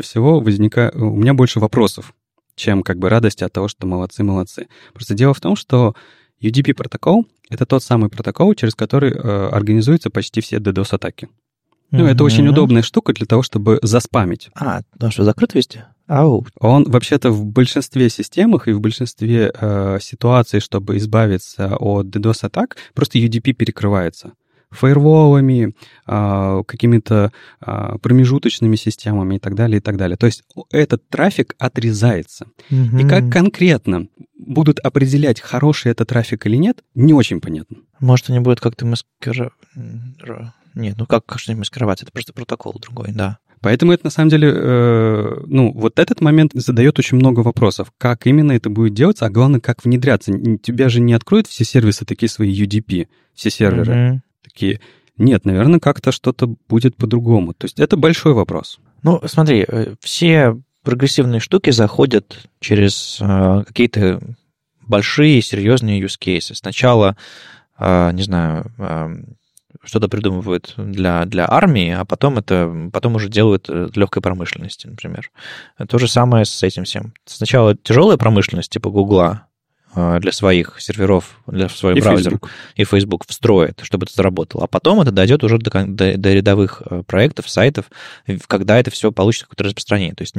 [SPEAKER 1] вопросов, чем как бы радости от того, что молодцы. Просто дело в том, что UDP-протокол — это тот самый протокол, через который организуются почти все DDoS-атаки. Это очень удобная штука для того, чтобы заспамить.
[SPEAKER 2] Потому что закрыт везде?
[SPEAKER 1] Он вообще-то в большинстве системах и в большинстве ситуаций, чтобы избавиться от DDoS-атак, просто UDP перекрывается фаерволами, какими-то промежуточными системами и так далее, и так далее. То есть этот трафик отрезается. И как конкретно будут определять, хороший это трафик или нет, не очень понятно.
[SPEAKER 2] Может, они будут как-то маскировать... Нет, как что-нибудь маскировать? Это просто протокол другой, да.
[SPEAKER 1] Поэтому это, на самом деле, вот этот момент задает очень много вопросов. Как именно это будет делаться, а главное, как внедряться. Тебя же не откроют все сервисы такие свои UDP, все серверы. Такие, нет, наверное, как-то что-то будет по-другому. То есть это большой вопрос.
[SPEAKER 2] Смотри, все прогрессивные штуки заходят через какие-то большие, серьезные use cases. Сначала, не знаю, что-то придумывают для армии, а потом уже делают легкой промышленности, например. То же самое с этим всем. Сначала тяжелая промышленность, типа Гугла, для своих серверов, для своих браузеров и Facebook встроит, чтобы это заработало. А потом это дойдет уже до рядовых проектов, сайтов, когда это все получит какое-то распространение. То есть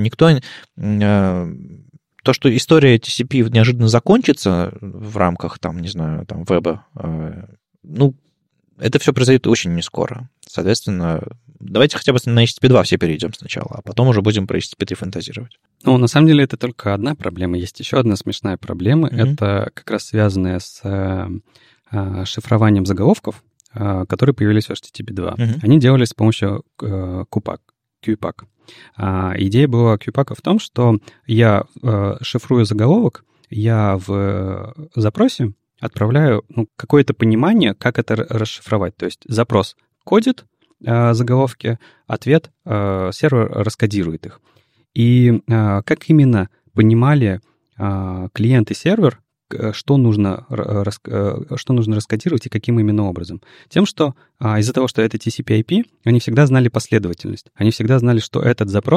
[SPEAKER 2] то, что история TCP неожиданно закончится в рамках, веба, это все произойдет очень нескоро. Соответственно, давайте хотя бы на HTTP 2 все перейдем сначала, а потом уже будем про HTTP 3 фантазировать.
[SPEAKER 1] На самом деле это только одна проблема. Есть еще одна смешная проблема. Это как раз связанная с шифрованием заголовков, которые появились в HTTP 2. Они делались с помощью QPAC. Идея была QPAC в том, что я шифрую заголовок, я в запросе отправляю какое-то понимание, как это расшифровать. То есть запрос кодит заголовки, ответ сервер раскодирует их. И как именно понимали клиент и сервер, что нужно раскодировать и каким именно образом? Тем, что из-за того, что это TCP/IP, они всегда знали последовательность. Они всегда знали, что этот запрос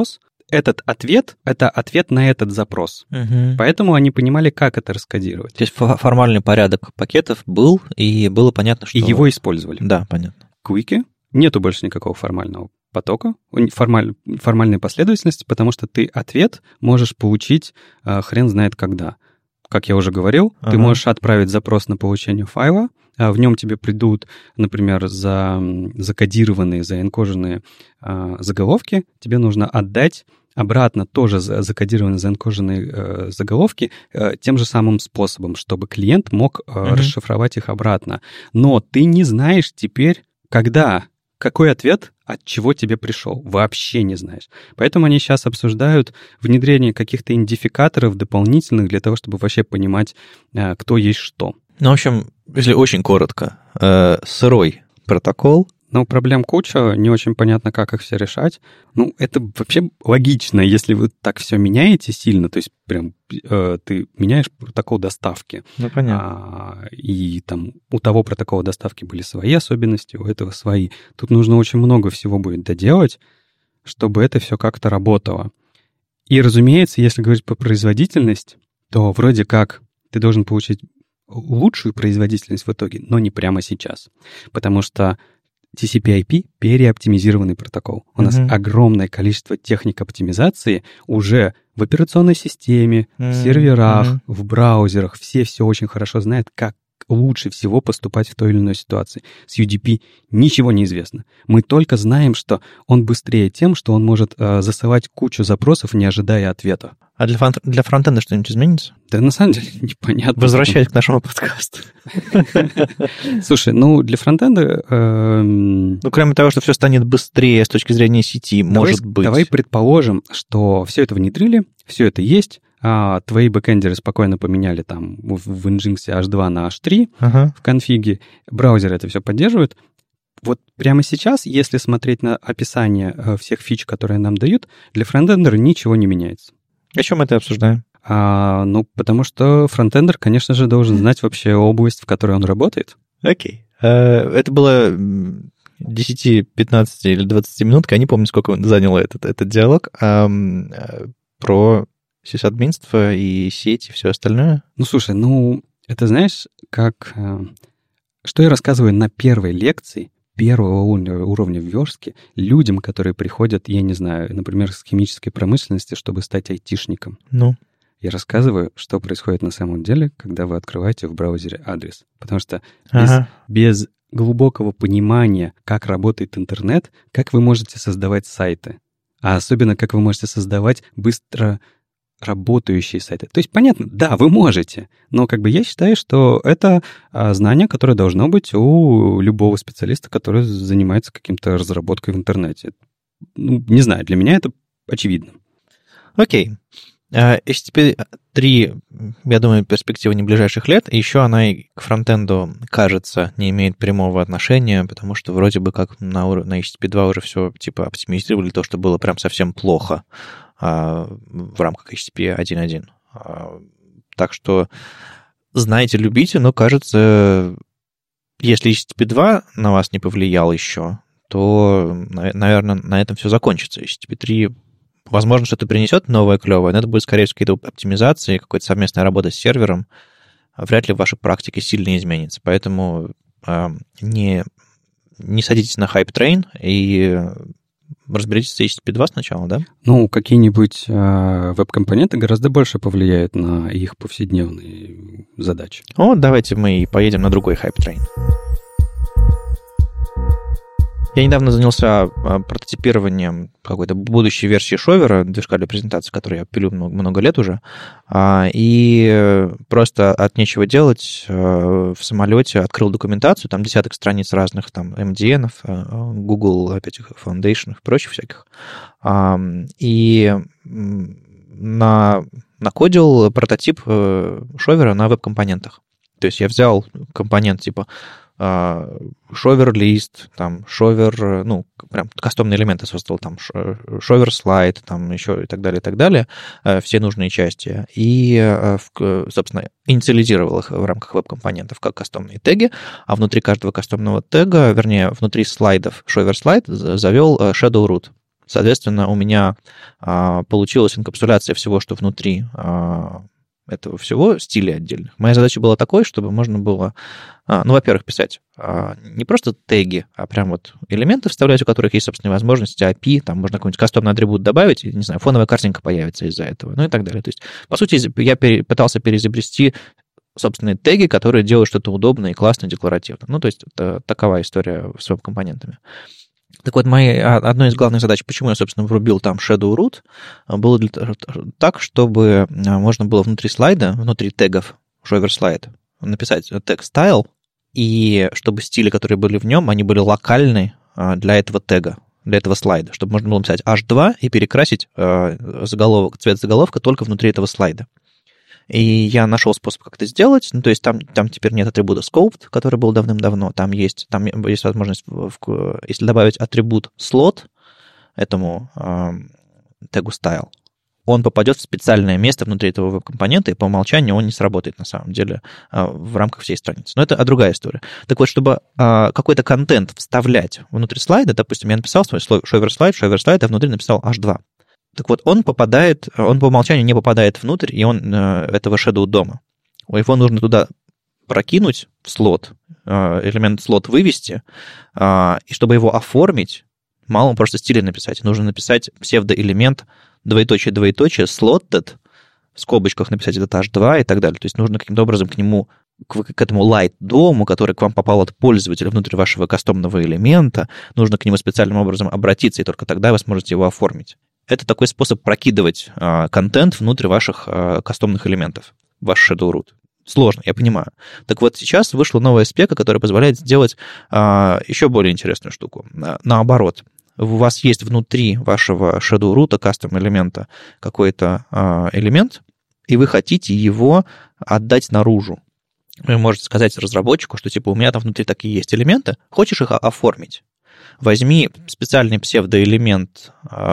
[SPEAKER 1] этот ответ — это ответ на этот запрос. Поэтому они понимали, как это раскодировать.
[SPEAKER 2] То есть формальный порядок пакетов был, и было понятно, что...
[SPEAKER 1] И его использовали.
[SPEAKER 2] Да, понятно.
[SPEAKER 1] В Quick нету больше никакого формального потока, формальной последовательности, потому что ты ответ можешь получить хрен знает когда. Как я уже говорил, ты можешь отправить запрос на получение файла, в нем тебе придут, например, закодированные, заэнкоженные заголовки, тебе нужно отдать обратно тоже закодированные, заэнкоженные заголовки тем же самым способом, чтобы клиент мог расшифровать их обратно. Но ты не знаешь теперь, какой ответ от чего тебе пришел. Вообще не знаешь. Поэтому они сейчас обсуждают внедрение каких-то идентификаторов дополнительных для того, чтобы вообще понимать, кто есть что.
[SPEAKER 2] Ну, в общем, если очень коротко, сырой протокол.
[SPEAKER 1] Но проблем куча, не очень понятно, как их все решать. Ну, это вообще логично, если вы так все меняете сильно, то есть прям ты меняешь протокол доставки.
[SPEAKER 2] Ну, понятно.
[SPEAKER 1] И там у того протокола доставки были свои особенности, у этого свои. Тут нужно очень много всего будет доделать, чтобы это все как-то работало. И, разумеется, если говорить про производительность, то вроде как ты должен получить лучшую производительность в итоге, но не прямо сейчас. Потому что TCP/IP — переоптимизированный протокол. У нас огромное количество техник оптимизации уже в операционной системе, в серверах, в браузерах. Все очень хорошо знают, как лучше всего поступать в той или иной ситуации. С UDP ничего не известно. Мы только знаем, что он быстрее тем, что он может засылать кучу запросов, не ожидая ответа.
[SPEAKER 2] А для фронтенда что-нибудь изменится?
[SPEAKER 1] Да на самом деле непонятно.
[SPEAKER 2] Возвращаясь к нашему подкасту.
[SPEAKER 1] Слушай, для фронтенда...
[SPEAKER 2] кроме того, что все станет быстрее с точки зрения сети, может быть.
[SPEAKER 1] Давай предположим, что все это внедрили, все это есть, а твои бэкэндеры спокойно поменяли там в Nginx H2 на H3 в конфиге, браузеры это все поддерживают. Вот прямо сейчас, если смотреть на описание всех фич, которые нам дают, для фронтендера ничего не меняется.
[SPEAKER 2] О чем мы это обсуждаем?
[SPEAKER 1] Потому что фронтендер, конечно же, должен знать вообще область, в которой он работает.
[SPEAKER 2] Окей. Это было 10, 15 или 20 минут, я не помню, сколько занял этот диалог, про сисадминство и сеть и все остальное.
[SPEAKER 1] Слушай, это знаешь, что я рассказываю на первой лекции первого уровня в верстке людям, которые приходят, я не знаю, например, с химической промышленности, чтобы стать айтишником. Я рассказываю, что происходит на самом деле, когда вы открываете в браузере адрес. Потому что без глубокого понимания, как работает интернет, как вы можете создавать сайты, а особенно, как вы можете создавать быстро работающие сайты. То есть, понятно, да, вы можете, но я считаю, что это знание, которое должно быть у любого специалиста, который занимается каким-то разработкой в интернете. Не знаю, для меня это очевидно.
[SPEAKER 2] Окей. HTTP3, я думаю, перспектива не ближайших лет, и еще она и к фронтенду, кажется, не имеет прямого отношения, потому что вроде бы как на HTTP2 уже все оптимизировали то, что было прям совсем плохо в рамках HTTP 1.1. Так что знаете, любите, но кажется, если HTTP2 на вас не повлиял еще, то, наверное, на этом все закончится. HTTP3, возможно, что-то принесет новое, клевое, но это будет, скорее всего, какие-то оптимизации, какая-то совместная работа с сервером. Вряд ли ваша практика сильно изменится. Поэтому не садитесь на хайп-трейн и разберитесь с HTTP2 сначала, да?
[SPEAKER 1] Какие-нибудь веб-компоненты гораздо больше повлияют на их повседневные задачи.
[SPEAKER 2] Давайте мы поедем на другой хайп-трейн. Я недавно занялся прототипированием какой-то будущей версии шовера, движка для презентации, который я пилю много лет уже, и просто от нечего делать в самолете открыл документацию, там десяток страниц разных, там, MDN-ов, Google, опять Foundation и прочих всяких, и накодил прототип шовера на веб-компонентах. То есть я взял компонент типа шовер-лист, там, шовер, прям кастомные элементы создал, там, шовер-слайд, там, еще и так далее, все нужные части, и, собственно, инициализировал их в рамках веб-компонентов как кастомные теги, а внутри каждого кастомного тега, вернее, внутри слайдов шовер-слайд завел shadow root. Соответственно, у меня получилась инкапсуляция всего, что внутри этого всего, стилей отдельных. Моя задача была такой, чтобы можно было, во-первых, писать не просто теги, а прям вот элементы вставлять, у которых есть собственные возможности, API, там можно какой-нибудь кастомный атрибут добавить, и, не знаю, фоновая картинка появится из-за этого, ну и так далее. То есть, по сути, я пытался переизобрести собственные теги, которые делают что-то удобное и классно, декларативно. Ну, то есть, это такова история с веб-компонентами. Так вот, одной из главных задач, почему я, собственно, врубил там Shadow Root, было так, чтобы можно было внутри слайда, внутри тегов Show Slide написать тег style, и чтобы стили, которые были в нем, они были локальны для этого тега, для этого слайда, чтобы можно было написать H2 и перекрасить цвет заголовка только внутри этого слайда. И я нашел способ, как это сделать. Ну, то есть там теперь нет атрибута scoped, который был давным-давно. Там есть возможность, если добавить атрибут slot этому тегу style, он попадет в специальное место внутри этого веб-компонента, и по умолчанию он не сработает на самом деле в рамках всей страницы. Но это другая история. Так вот, чтобы какой-то контент вставлять внутри слайда, допустим, я написал свой show slide, а внутри написал H2. Так вот, он по умолчанию не попадает внутрь, и он этого Shadow дома. Его нужно туда прокинуть в слот, элемент слот вывести, и чтобы его оформить, мало просто стиль написать. Нужно написать псевдоэлемент, двоеточие, slotted, в скобочках написать этот H2 и так далее. То есть нужно каким-то образом к этому light-дому, который к вам попал от пользователя внутрь вашего кастомного элемента, нужно к нему специальным образом обратиться, и только тогда вы сможете его оформить. Это такой способ прокидывать контент внутрь ваших кастомных элементов, ваш Shadow Root. Сложно, я понимаю. Так вот, сейчас вышла новая спека, которая позволяет сделать еще более интересную штуку. Наоборот, у вас есть внутри вашего Shadow Root, кастом элемента, какой-то элемент, и вы хотите его отдать наружу. Вы можете сказать разработчику, что типа у меня там внутри такие есть элементы, хочешь их оформить? Возьми специальный псевдоэлемент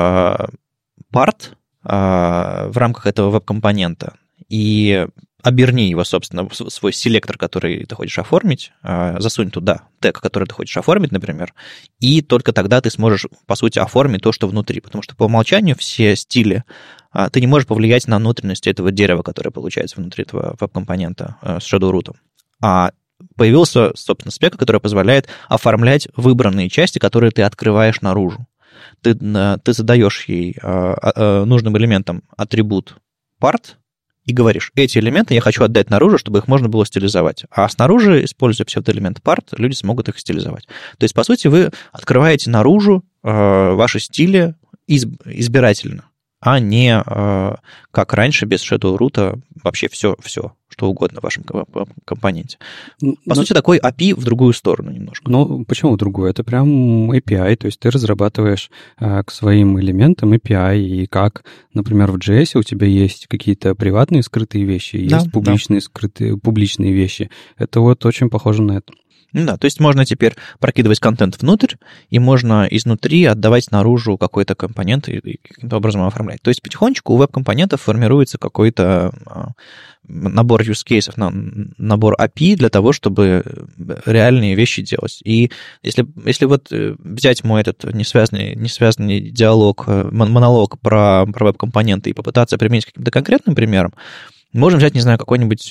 [SPEAKER 2] part в рамках этого веб-компонента и оберни его, собственно, в свой селектор, который ты хочешь оформить, засунь туда тег, который ты хочешь оформить, например, и только тогда ты сможешь, по сути, оформить то, что внутри, потому что по умолчанию все стили, ты не можешь повлиять на внутренности этого дерева, которое получается внутри этого веб-компонента с Shadow Root. А появился, собственно, спека, которая позволяет оформлять выбранные части, которые ты открываешь наружу. Ты задаешь ей нужным элементом атрибут part и говоришь, эти элементы я хочу отдать наружу, чтобы их можно было стилизовать. А снаружи, используя псевдоэлемент part, люди смогут их стилизовать. То есть, по сути, вы открываете наружу ваши стили избирательно, а не как раньше без Shadow Root вообще все, что угодно в вашем компоненте. По сути, такой API в другую сторону немножко.
[SPEAKER 1] Ну, почему в другую? Это прям API, то есть ты разрабатываешь к своим элементам API, и как, например, в JS у тебя есть какие-то приватные скрытые вещи, есть публичные скрытые, публичные вещи. Это вот очень похоже на это.
[SPEAKER 2] Да, то есть можно теперь прокидывать контент внутрь, и можно изнутри отдавать наружу какой-то компонент и каким-то образом оформлять. То есть потихонечку у веб-компонентов формируется какой-то набор use cases, набор API для того, чтобы реальные вещи делать. И если вот взять мой этот несвязанный диалог, монолог про веб-компоненты и попытаться применить каким-то конкретным примером, можем взять, не знаю, какой-нибудь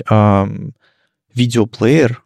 [SPEAKER 2] видеоплеер,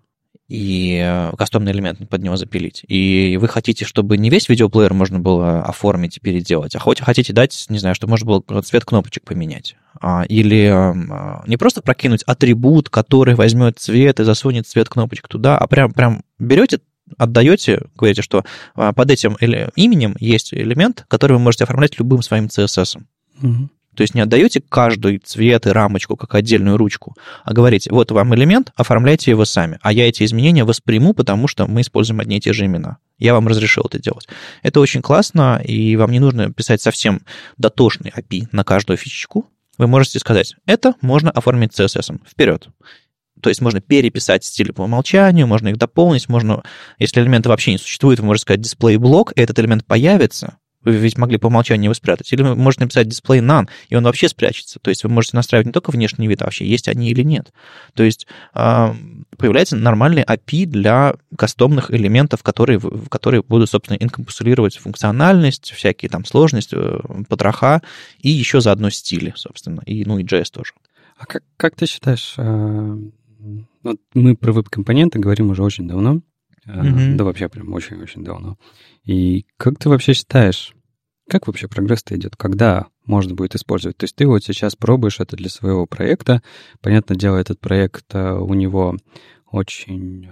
[SPEAKER 2] и кастомный элемент под него запилить. И вы хотите, чтобы не весь видеоплеер можно было оформить и переделать, а хотите дать, не знаю, чтобы можно было цвет кнопочек поменять. Или не просто прокинуть атрибут, который возьмет цвет и засунет цвет кнопочек туда, а прям берете, отдаете, говорите, что под этим именем есть элемент, который вы можете оформлять любым своим CSS.
[SPEAKER 1] Угу.
[SPEAKER 2] То есть не отдаете каждый цвет и рамочку как отдельную ручку, а говорите, вот вам элемент, оформляйте его сами, а я эти изменения восприму, потому что мы используем одни и те же имена. Я вам разрешил это делать. Это очень классно, и вам не нужно писать совсем дотошный API на каждую фичечку. Вы можете сказать, это можно оформить CSS. Вперед. То есть можно переписать стили по умолчанию, можно их дополнить, можно, если элемента вообще не существует, вы можете сказать display block, и этот элемент появится, Вы ведь могли по умолчанию его спрятать. Или вы можете написать display none, и он вообще спрячется. То есть вы можете настраивать не только внешний вид, а вообще есть они или нет. То есть появляется нормальный API для кастомных элементов, которые будут, собственно, инкапсулировать функциональность, всякие там сложности, потроха, и еще заодно стили, собственно, и JS тоже.
[SPEAKER 1] А как ты считаешь, вот мы про веб-компоненты говорим уже очень давно, да вообще прям очень-очень давно. И как ты вообще считаешь, как вообще прогресс-то идет? Когда можно будет использовать? То есть ты вот сейчас пробуешь это для своего проекта. Понятное дело, этот проект, у него очень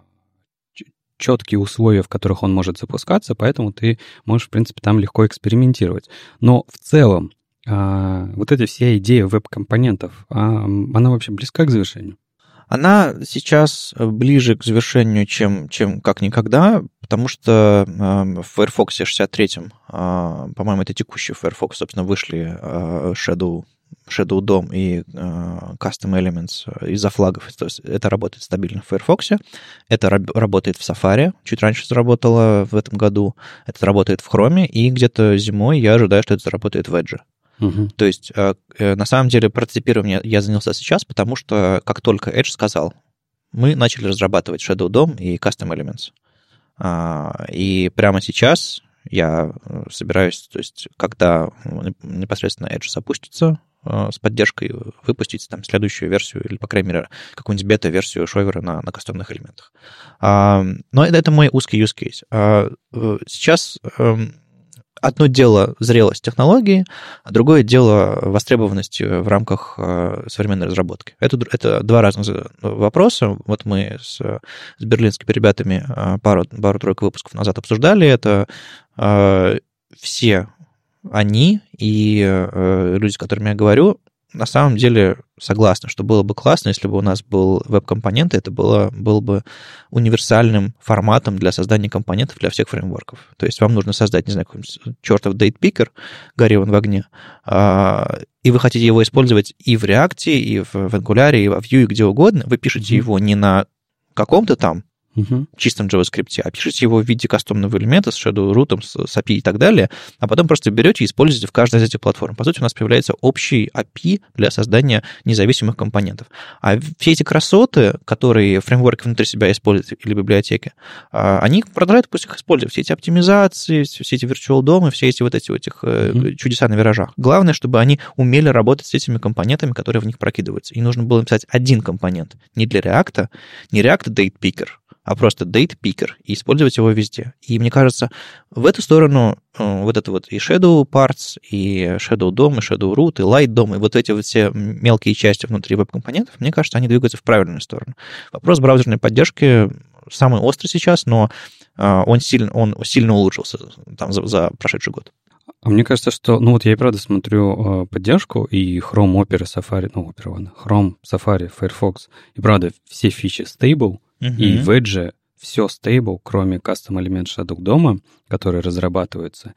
[SPEAKER 1] четкие условия, в которых он может запускаться, поэтому ты можешь, в принципе, там легко экспериментировать. Но в целом вот эта вся идея веб-компонентов, она вообще близка к завершению?
[SPEAKER 2] Она сейчас ближе к завершению, чем как никогда, потому что в Firefox 63, по-моему, это текущий Firefox, собственно, вышли Shadow DOM и Custom Elements из-за флагов. То есть это работает стабильно в Firefox, это работает в Safari, чуть раньше заработало в этом году, это работает в Chrome, и где-то зимой я ожидаю, что это заработает в Edge. То есть, на самом деле, прототипированием я занялся сейчас, потому что как только Edge сказал, мы начали разрабатывать Shadow DOM и Custom Elements. И прямо сейчас я собираюсь, то есть, когда непосредственно Edge запустится с поддержкой, выпустить там следующую версию или, по крайней мере, какую-нибудь бета-версию шоувера на кастомных элементах. Но это мой узкий use case. Сейчас... Одно дело зрелость технологии, а другое дело востребованность в рамках современной разработки. Это два разных вопроса. Вот мы с берлинскими ребятами пару-тройку выпусков назад обсуждали это. Все они и люди, с которыми я говорю, на самом деле согласны, что было бы классно, если бы у нас был веб-компонент, это был бы универсальным форматом для создания компонентов для всех фреймворков. То есть вам нужно создать, не знаю, какой-нибудь чертов дейт-пикер, гори он в огне, и вы хотите его использовать и в React, и в Angular, и во Vue, и где угодно. Вы пишете его не на каком-то там чистом JavaScript, а пишите его в виде кастомного элемента с Shadow Root, с API и так далее, а потом просто берете и используете в каждой из этих платформ. По сути, у нас появляется общий API для создания независимых компонентов. А все эти красоты, которые фреймворки внутри себя используют, или библиотеки, они продолжают пусть их использовать. Все эти оптимизации, все эти virtual DOM, все эти вот эти чудеса на виражах. Главное, чтобы они умели работать с этими компонентами, которые в них прокидываются. И нужно было написать один компонент. Не для React, не React Date Picker, а просто date picker, и использовать его везде. И мне кажется, в эту сторону вот это вот и Shadow Parts, и Shadow DOM, и Shadow Root, и Light DOM, и вот эти вот все мелкие части внутри веб-компонентов, мне кажется, они двигаются в правильную сторону. Вопрос браузерной поддержки самый острый сейчас, но он сильно улучшился там за прошедший год.
[SPEAKER 1] А мне кажется, что... вот я и правда смотрю поддержку, и Chrome, Opera, Safari, Chrome, Safari, Firefox, и правда все фичи stable, и в Edge все stable, кроме custom элемент Shadow DOM, который разрабатывается.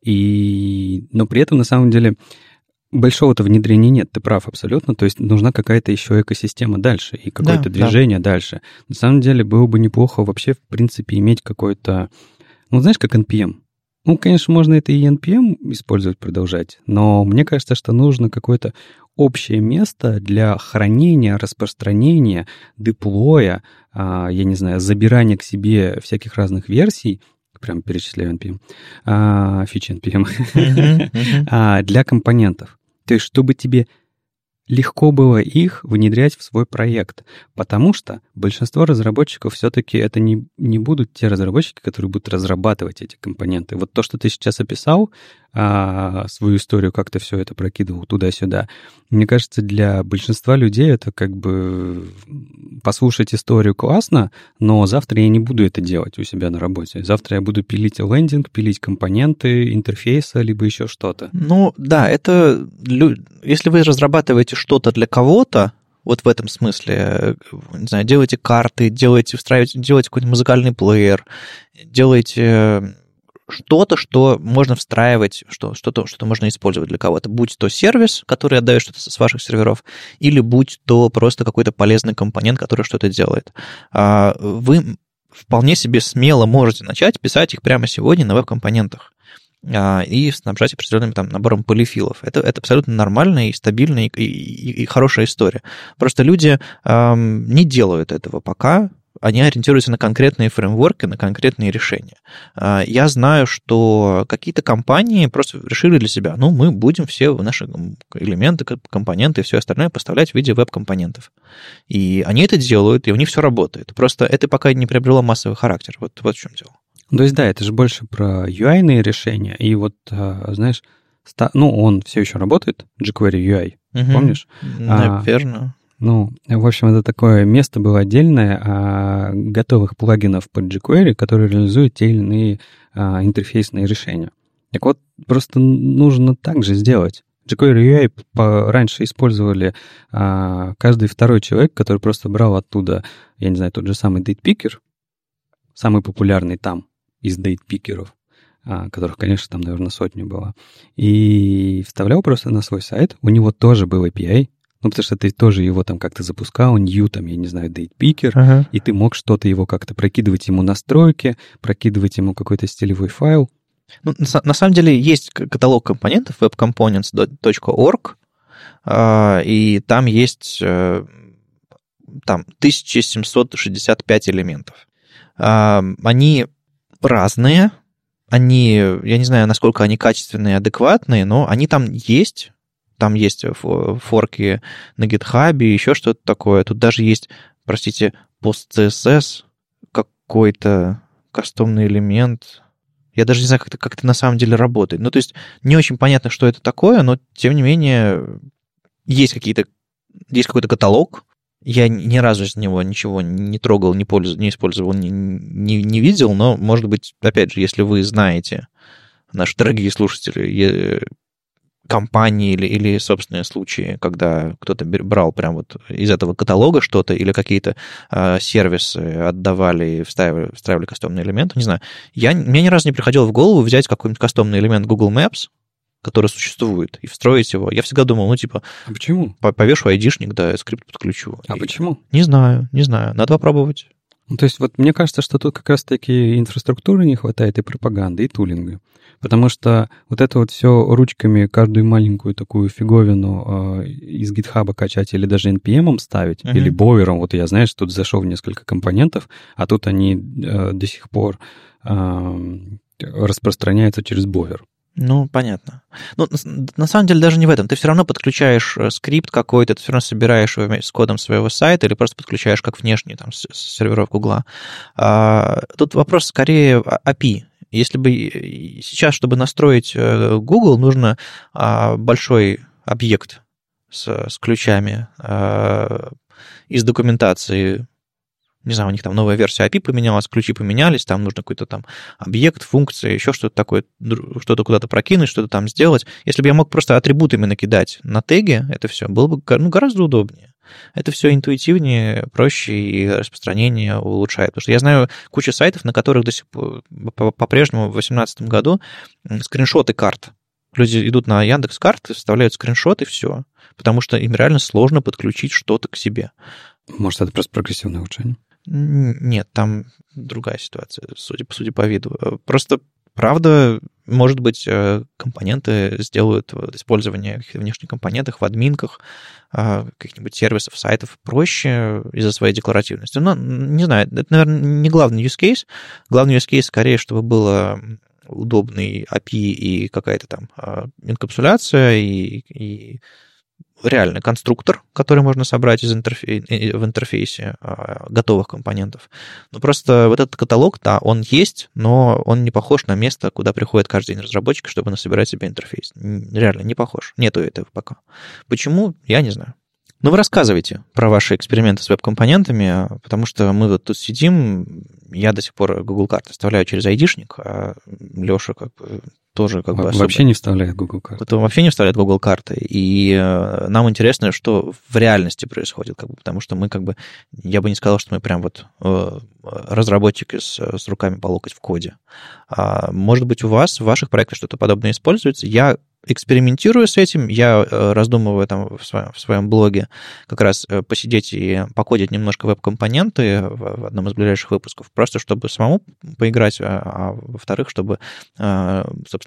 [SPEAKER 1] Но при этом, на самом деле, большого-то внедрения нет, ты прав абсолютно. То есть нужна какая-то еще экосистема дальше и какое-то движение дальше. На самом деле было бы неплохо вообще, в принципе, иметь какой-то... знаешь, как NPM. Конечно, можно это и NPM использовать, продолжать, но мне кажется, что нужно какое-то общее место для хранения, распространения, деплоя, я не знаю, забирания к себе всяких разных версий, прям перечисляю NPM, фичи NPM, для компонентов. То есть, чтобы тебе легко было их внедрять в свой проект, потому что большинство разработчиков все-таки это не будут те разработчики, которые будут разрабатывать эти компоненты. Вот то, что ты сейчас описал, свою историю, как ты все это прокидывал туда-сюда, мне кажется, для большинства людей это как бы послушать историю классно, но завтра я не буду это делать у себя на работе. Завтра я буду пилить лендинг, пилить компоненты интерфейса, либо еще что-то.
[SPEAKER 2] Да, это... Если вы разрабатываете что-то для кого-то, вот в этом смысле, не знаю, делаете карты, делаете какой-то музыкальный плеер, делаете что-то, что можно встраивать, что-то можно использовать для кого-то. Будь то сервис, который отдает что-то с ваших серверов, или будь то просто какой-то полезный компонент, который что-то делает. Вы вполне себе смело можете начать писать их прямо сегодня на веб-компонентах. и снабжать определенным там набором полифилов. Это абсолютно нормальная и стабильная и хорошая история. Просто люди не делают этого пока, они ориентируются на конкретные фреймворки, на конкретные решения. Я знаю, что какие-то компании просто решили для себя, мы будем все наши элементы, компоненты и все остальное поставлять в виде веб-компонентов. И они это делают, и у них все работает. Просто это пока не приобрело массовый характер. Вот в чем дело.
[SPEAKER 1] То есть, да, это же больше про UI-ные решения. И вот, знаешь, он все еще работает, jQuery UI, помнишь?
[SPEAKER 2] Наверное.
[SPEAKER 1] В общем, это такое место было отдельное готовых плагинов под jQuery, которые реализуют те или иные интерфейсные решения. Так вот, просто нужно так же сделать. jQuery UI раньше использовали каждый второй человек, который просто брал оттуда, я не знаю, тот же самый DatePicker, самый популярный там из DatePicker'ов, которых, конечно, там, наверное, сотни было, и вставлял просто на свой сайт. У него тоже был API, потому что ты тоже его там как-то запускал, new, там, я не знаю, DatePicker, и ты мог что-то его как-то прокидывать ему настройки, прокидывать ему какой-то стилевой файл.
[SPEAKER 2] На самом деле есть каталог компонентов webcomponents.org, и там есть там 1765 элементов. Они разные, я не знаю, насколько они качественные и адекватные, но они там есть. Там есть форки на GitHub, еще что-то такое. Тут даже есть, простите, PostCSS, какой-то кастомный элемент. Я даже не знаю, как это на самом деле работает. То есть не очень понятно, что это такое, но, тем не менее, есть какой-то каталог. Я ни разу из него ничего не трогал, не использовал, не видел, но, может быть, опять же, если вы знаете, наши дорогие слушатели, компании или собственные случаи, когда кто-то брал прям вот из этого каталога что-то или какие-то сервисы отдавали и встраивали кастомный элемент, не знаю. Мне ни разу не приходило в голову взять какой-нибудь кастомный элемент Google Maps, который существует, и встроить его. Я всегда думал,
[SPEAKER 1] А почему?
[SPEAKER 2] Повешу айдишник, да, скрипт подключу.
[SPEAKER 1] Почему?
[SPEAKER 2] Не знаю. Надо попробовать.
[SPEAKER 1] То есть вот мне кажется, что тут как раз-таки инфраструктуры не хватает, и пропаганды, и тулинга. Потому что вот это вот все ручками каждую маленькую такую фиговину из GitHub качать или даже NPM ставить, или бовером. Вот я, знаешь, тут зашел в несколько компонентов, а тут они до сих пор распространяются через бовер.
[SPEAKER 2] Понятно. На самом деле даже не в этом. Ты все равно подключаешь скрипт какой-то, ты все равно собираешь его с кодом своего сайта или просто подключаешь как внешний там, с серверов Гугла. Тут вопрос скорее API. Если бы сейчас, чтобы настроить Google, нужно большой объект с ключами из документации. Не знаю, у них там новая версия API поменялась, ключи поменялись, там нужно какой-то там объект, функция, еще что-то такое, что-то куда-то прокинуть, что-то там сделать. Если бы я мог просто атрибутами накидать на теги, это все было бы гораздо удобнее. Это все интуитивнее, проще, и распространение улучшает. Потому что я знаю кучу сайтов, на которых до сих пор, по-прежнему в 2018 году скриншоты карт. Люди идут на Яндекс.Карты, вставляют скриншот, и все. Потому что им реально сложно подключить что-то к себе.
[SPEAKER 1] Может, это просто прогрессивное улучшение?
[SPEAKER 2] Нет, там другая ситуация, судя по виду. Просто, правда, может быть, компоненты сделают использование внешних компонентов в админках каких-нибудь сервисов, сайтов проще из-за своей декларативности. Но, не знаю, это, наверное, не главный use case. Главный use case скорее, чтобы было удобный API и какая-то там инкапсуляция, и реально конструктор, который можно собрать в интерфейсе готовых компонентов. Но просто вот этот каталог, да, он есть, но он не похож на место, куда приходит каждый день разработчик, чтобы насобирать себе интерфейс. Реально не похож. Нету этого пока. Почему? Я не знаю. Ну, вы рассказывайте про ваши эксперименты с веб-компонентами, потому что мы вот тут сидим, я до сих пор Google карты вставляю через айдишник, а Леша как бы тоже как бы особо...
[SPEAKER 1] Вообще не вставляет Google карты.
[SPEAKER 2] Это вообще не вставляет Google карты. И нам интересно, что в реальности происходит, как бы, потому что мы как бы... Я бы не сказал, что мы прям вот разработчики с руками по локоть в коде. Может быть, у вас, в ваших проектах что-то подобное используется. Я экспериментирую с этим, я раздумываю там в своем блоге как раз посидеть и покодить немножко веб-компоненты в одном из ближайших выпусков, просто чтобы самому поиграть, а во-вторых, чтобы, собственно,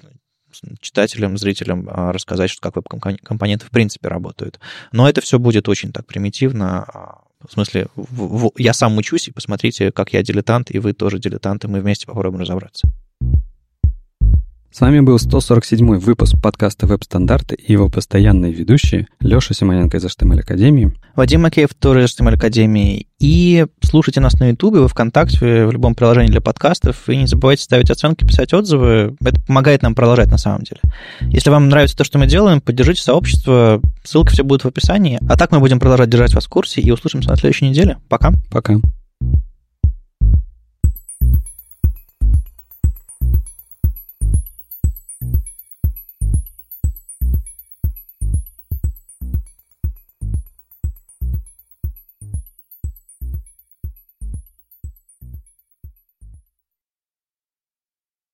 [SPEAKER 2] читателям, зрителям рассказать, как веб-компоненты в принципе работают. Но это все будет очень так примитивно. В смысле, я сам учусь, и посмотрите, как я дилетант, и вы тоже дилетанты, мы вместе попробуем разобраться.
[SPEAKER 1] С вами был 147-й выпуск подкаста «Веб-стандарты» и его постоянные ведущие Леша Симоненко из HTML Академии,
[SPEAKER 2] Вадим Макеев тоже из HTML Академии. И слушайте нас на YouTube, во ВКонтакте, в любом приложении для подкастов. И не забывайте ставить оценки, писать отзывы. Это помогает нам продолжать на самом деле. Если вам нравится то, что мы делаем, поддержите сообщество. Ссылки все будут в описании. А так мы будем продолжать держать вас в курсе и услышимся на следующей неделе. Пока.
[SPEAKER 1] Пока.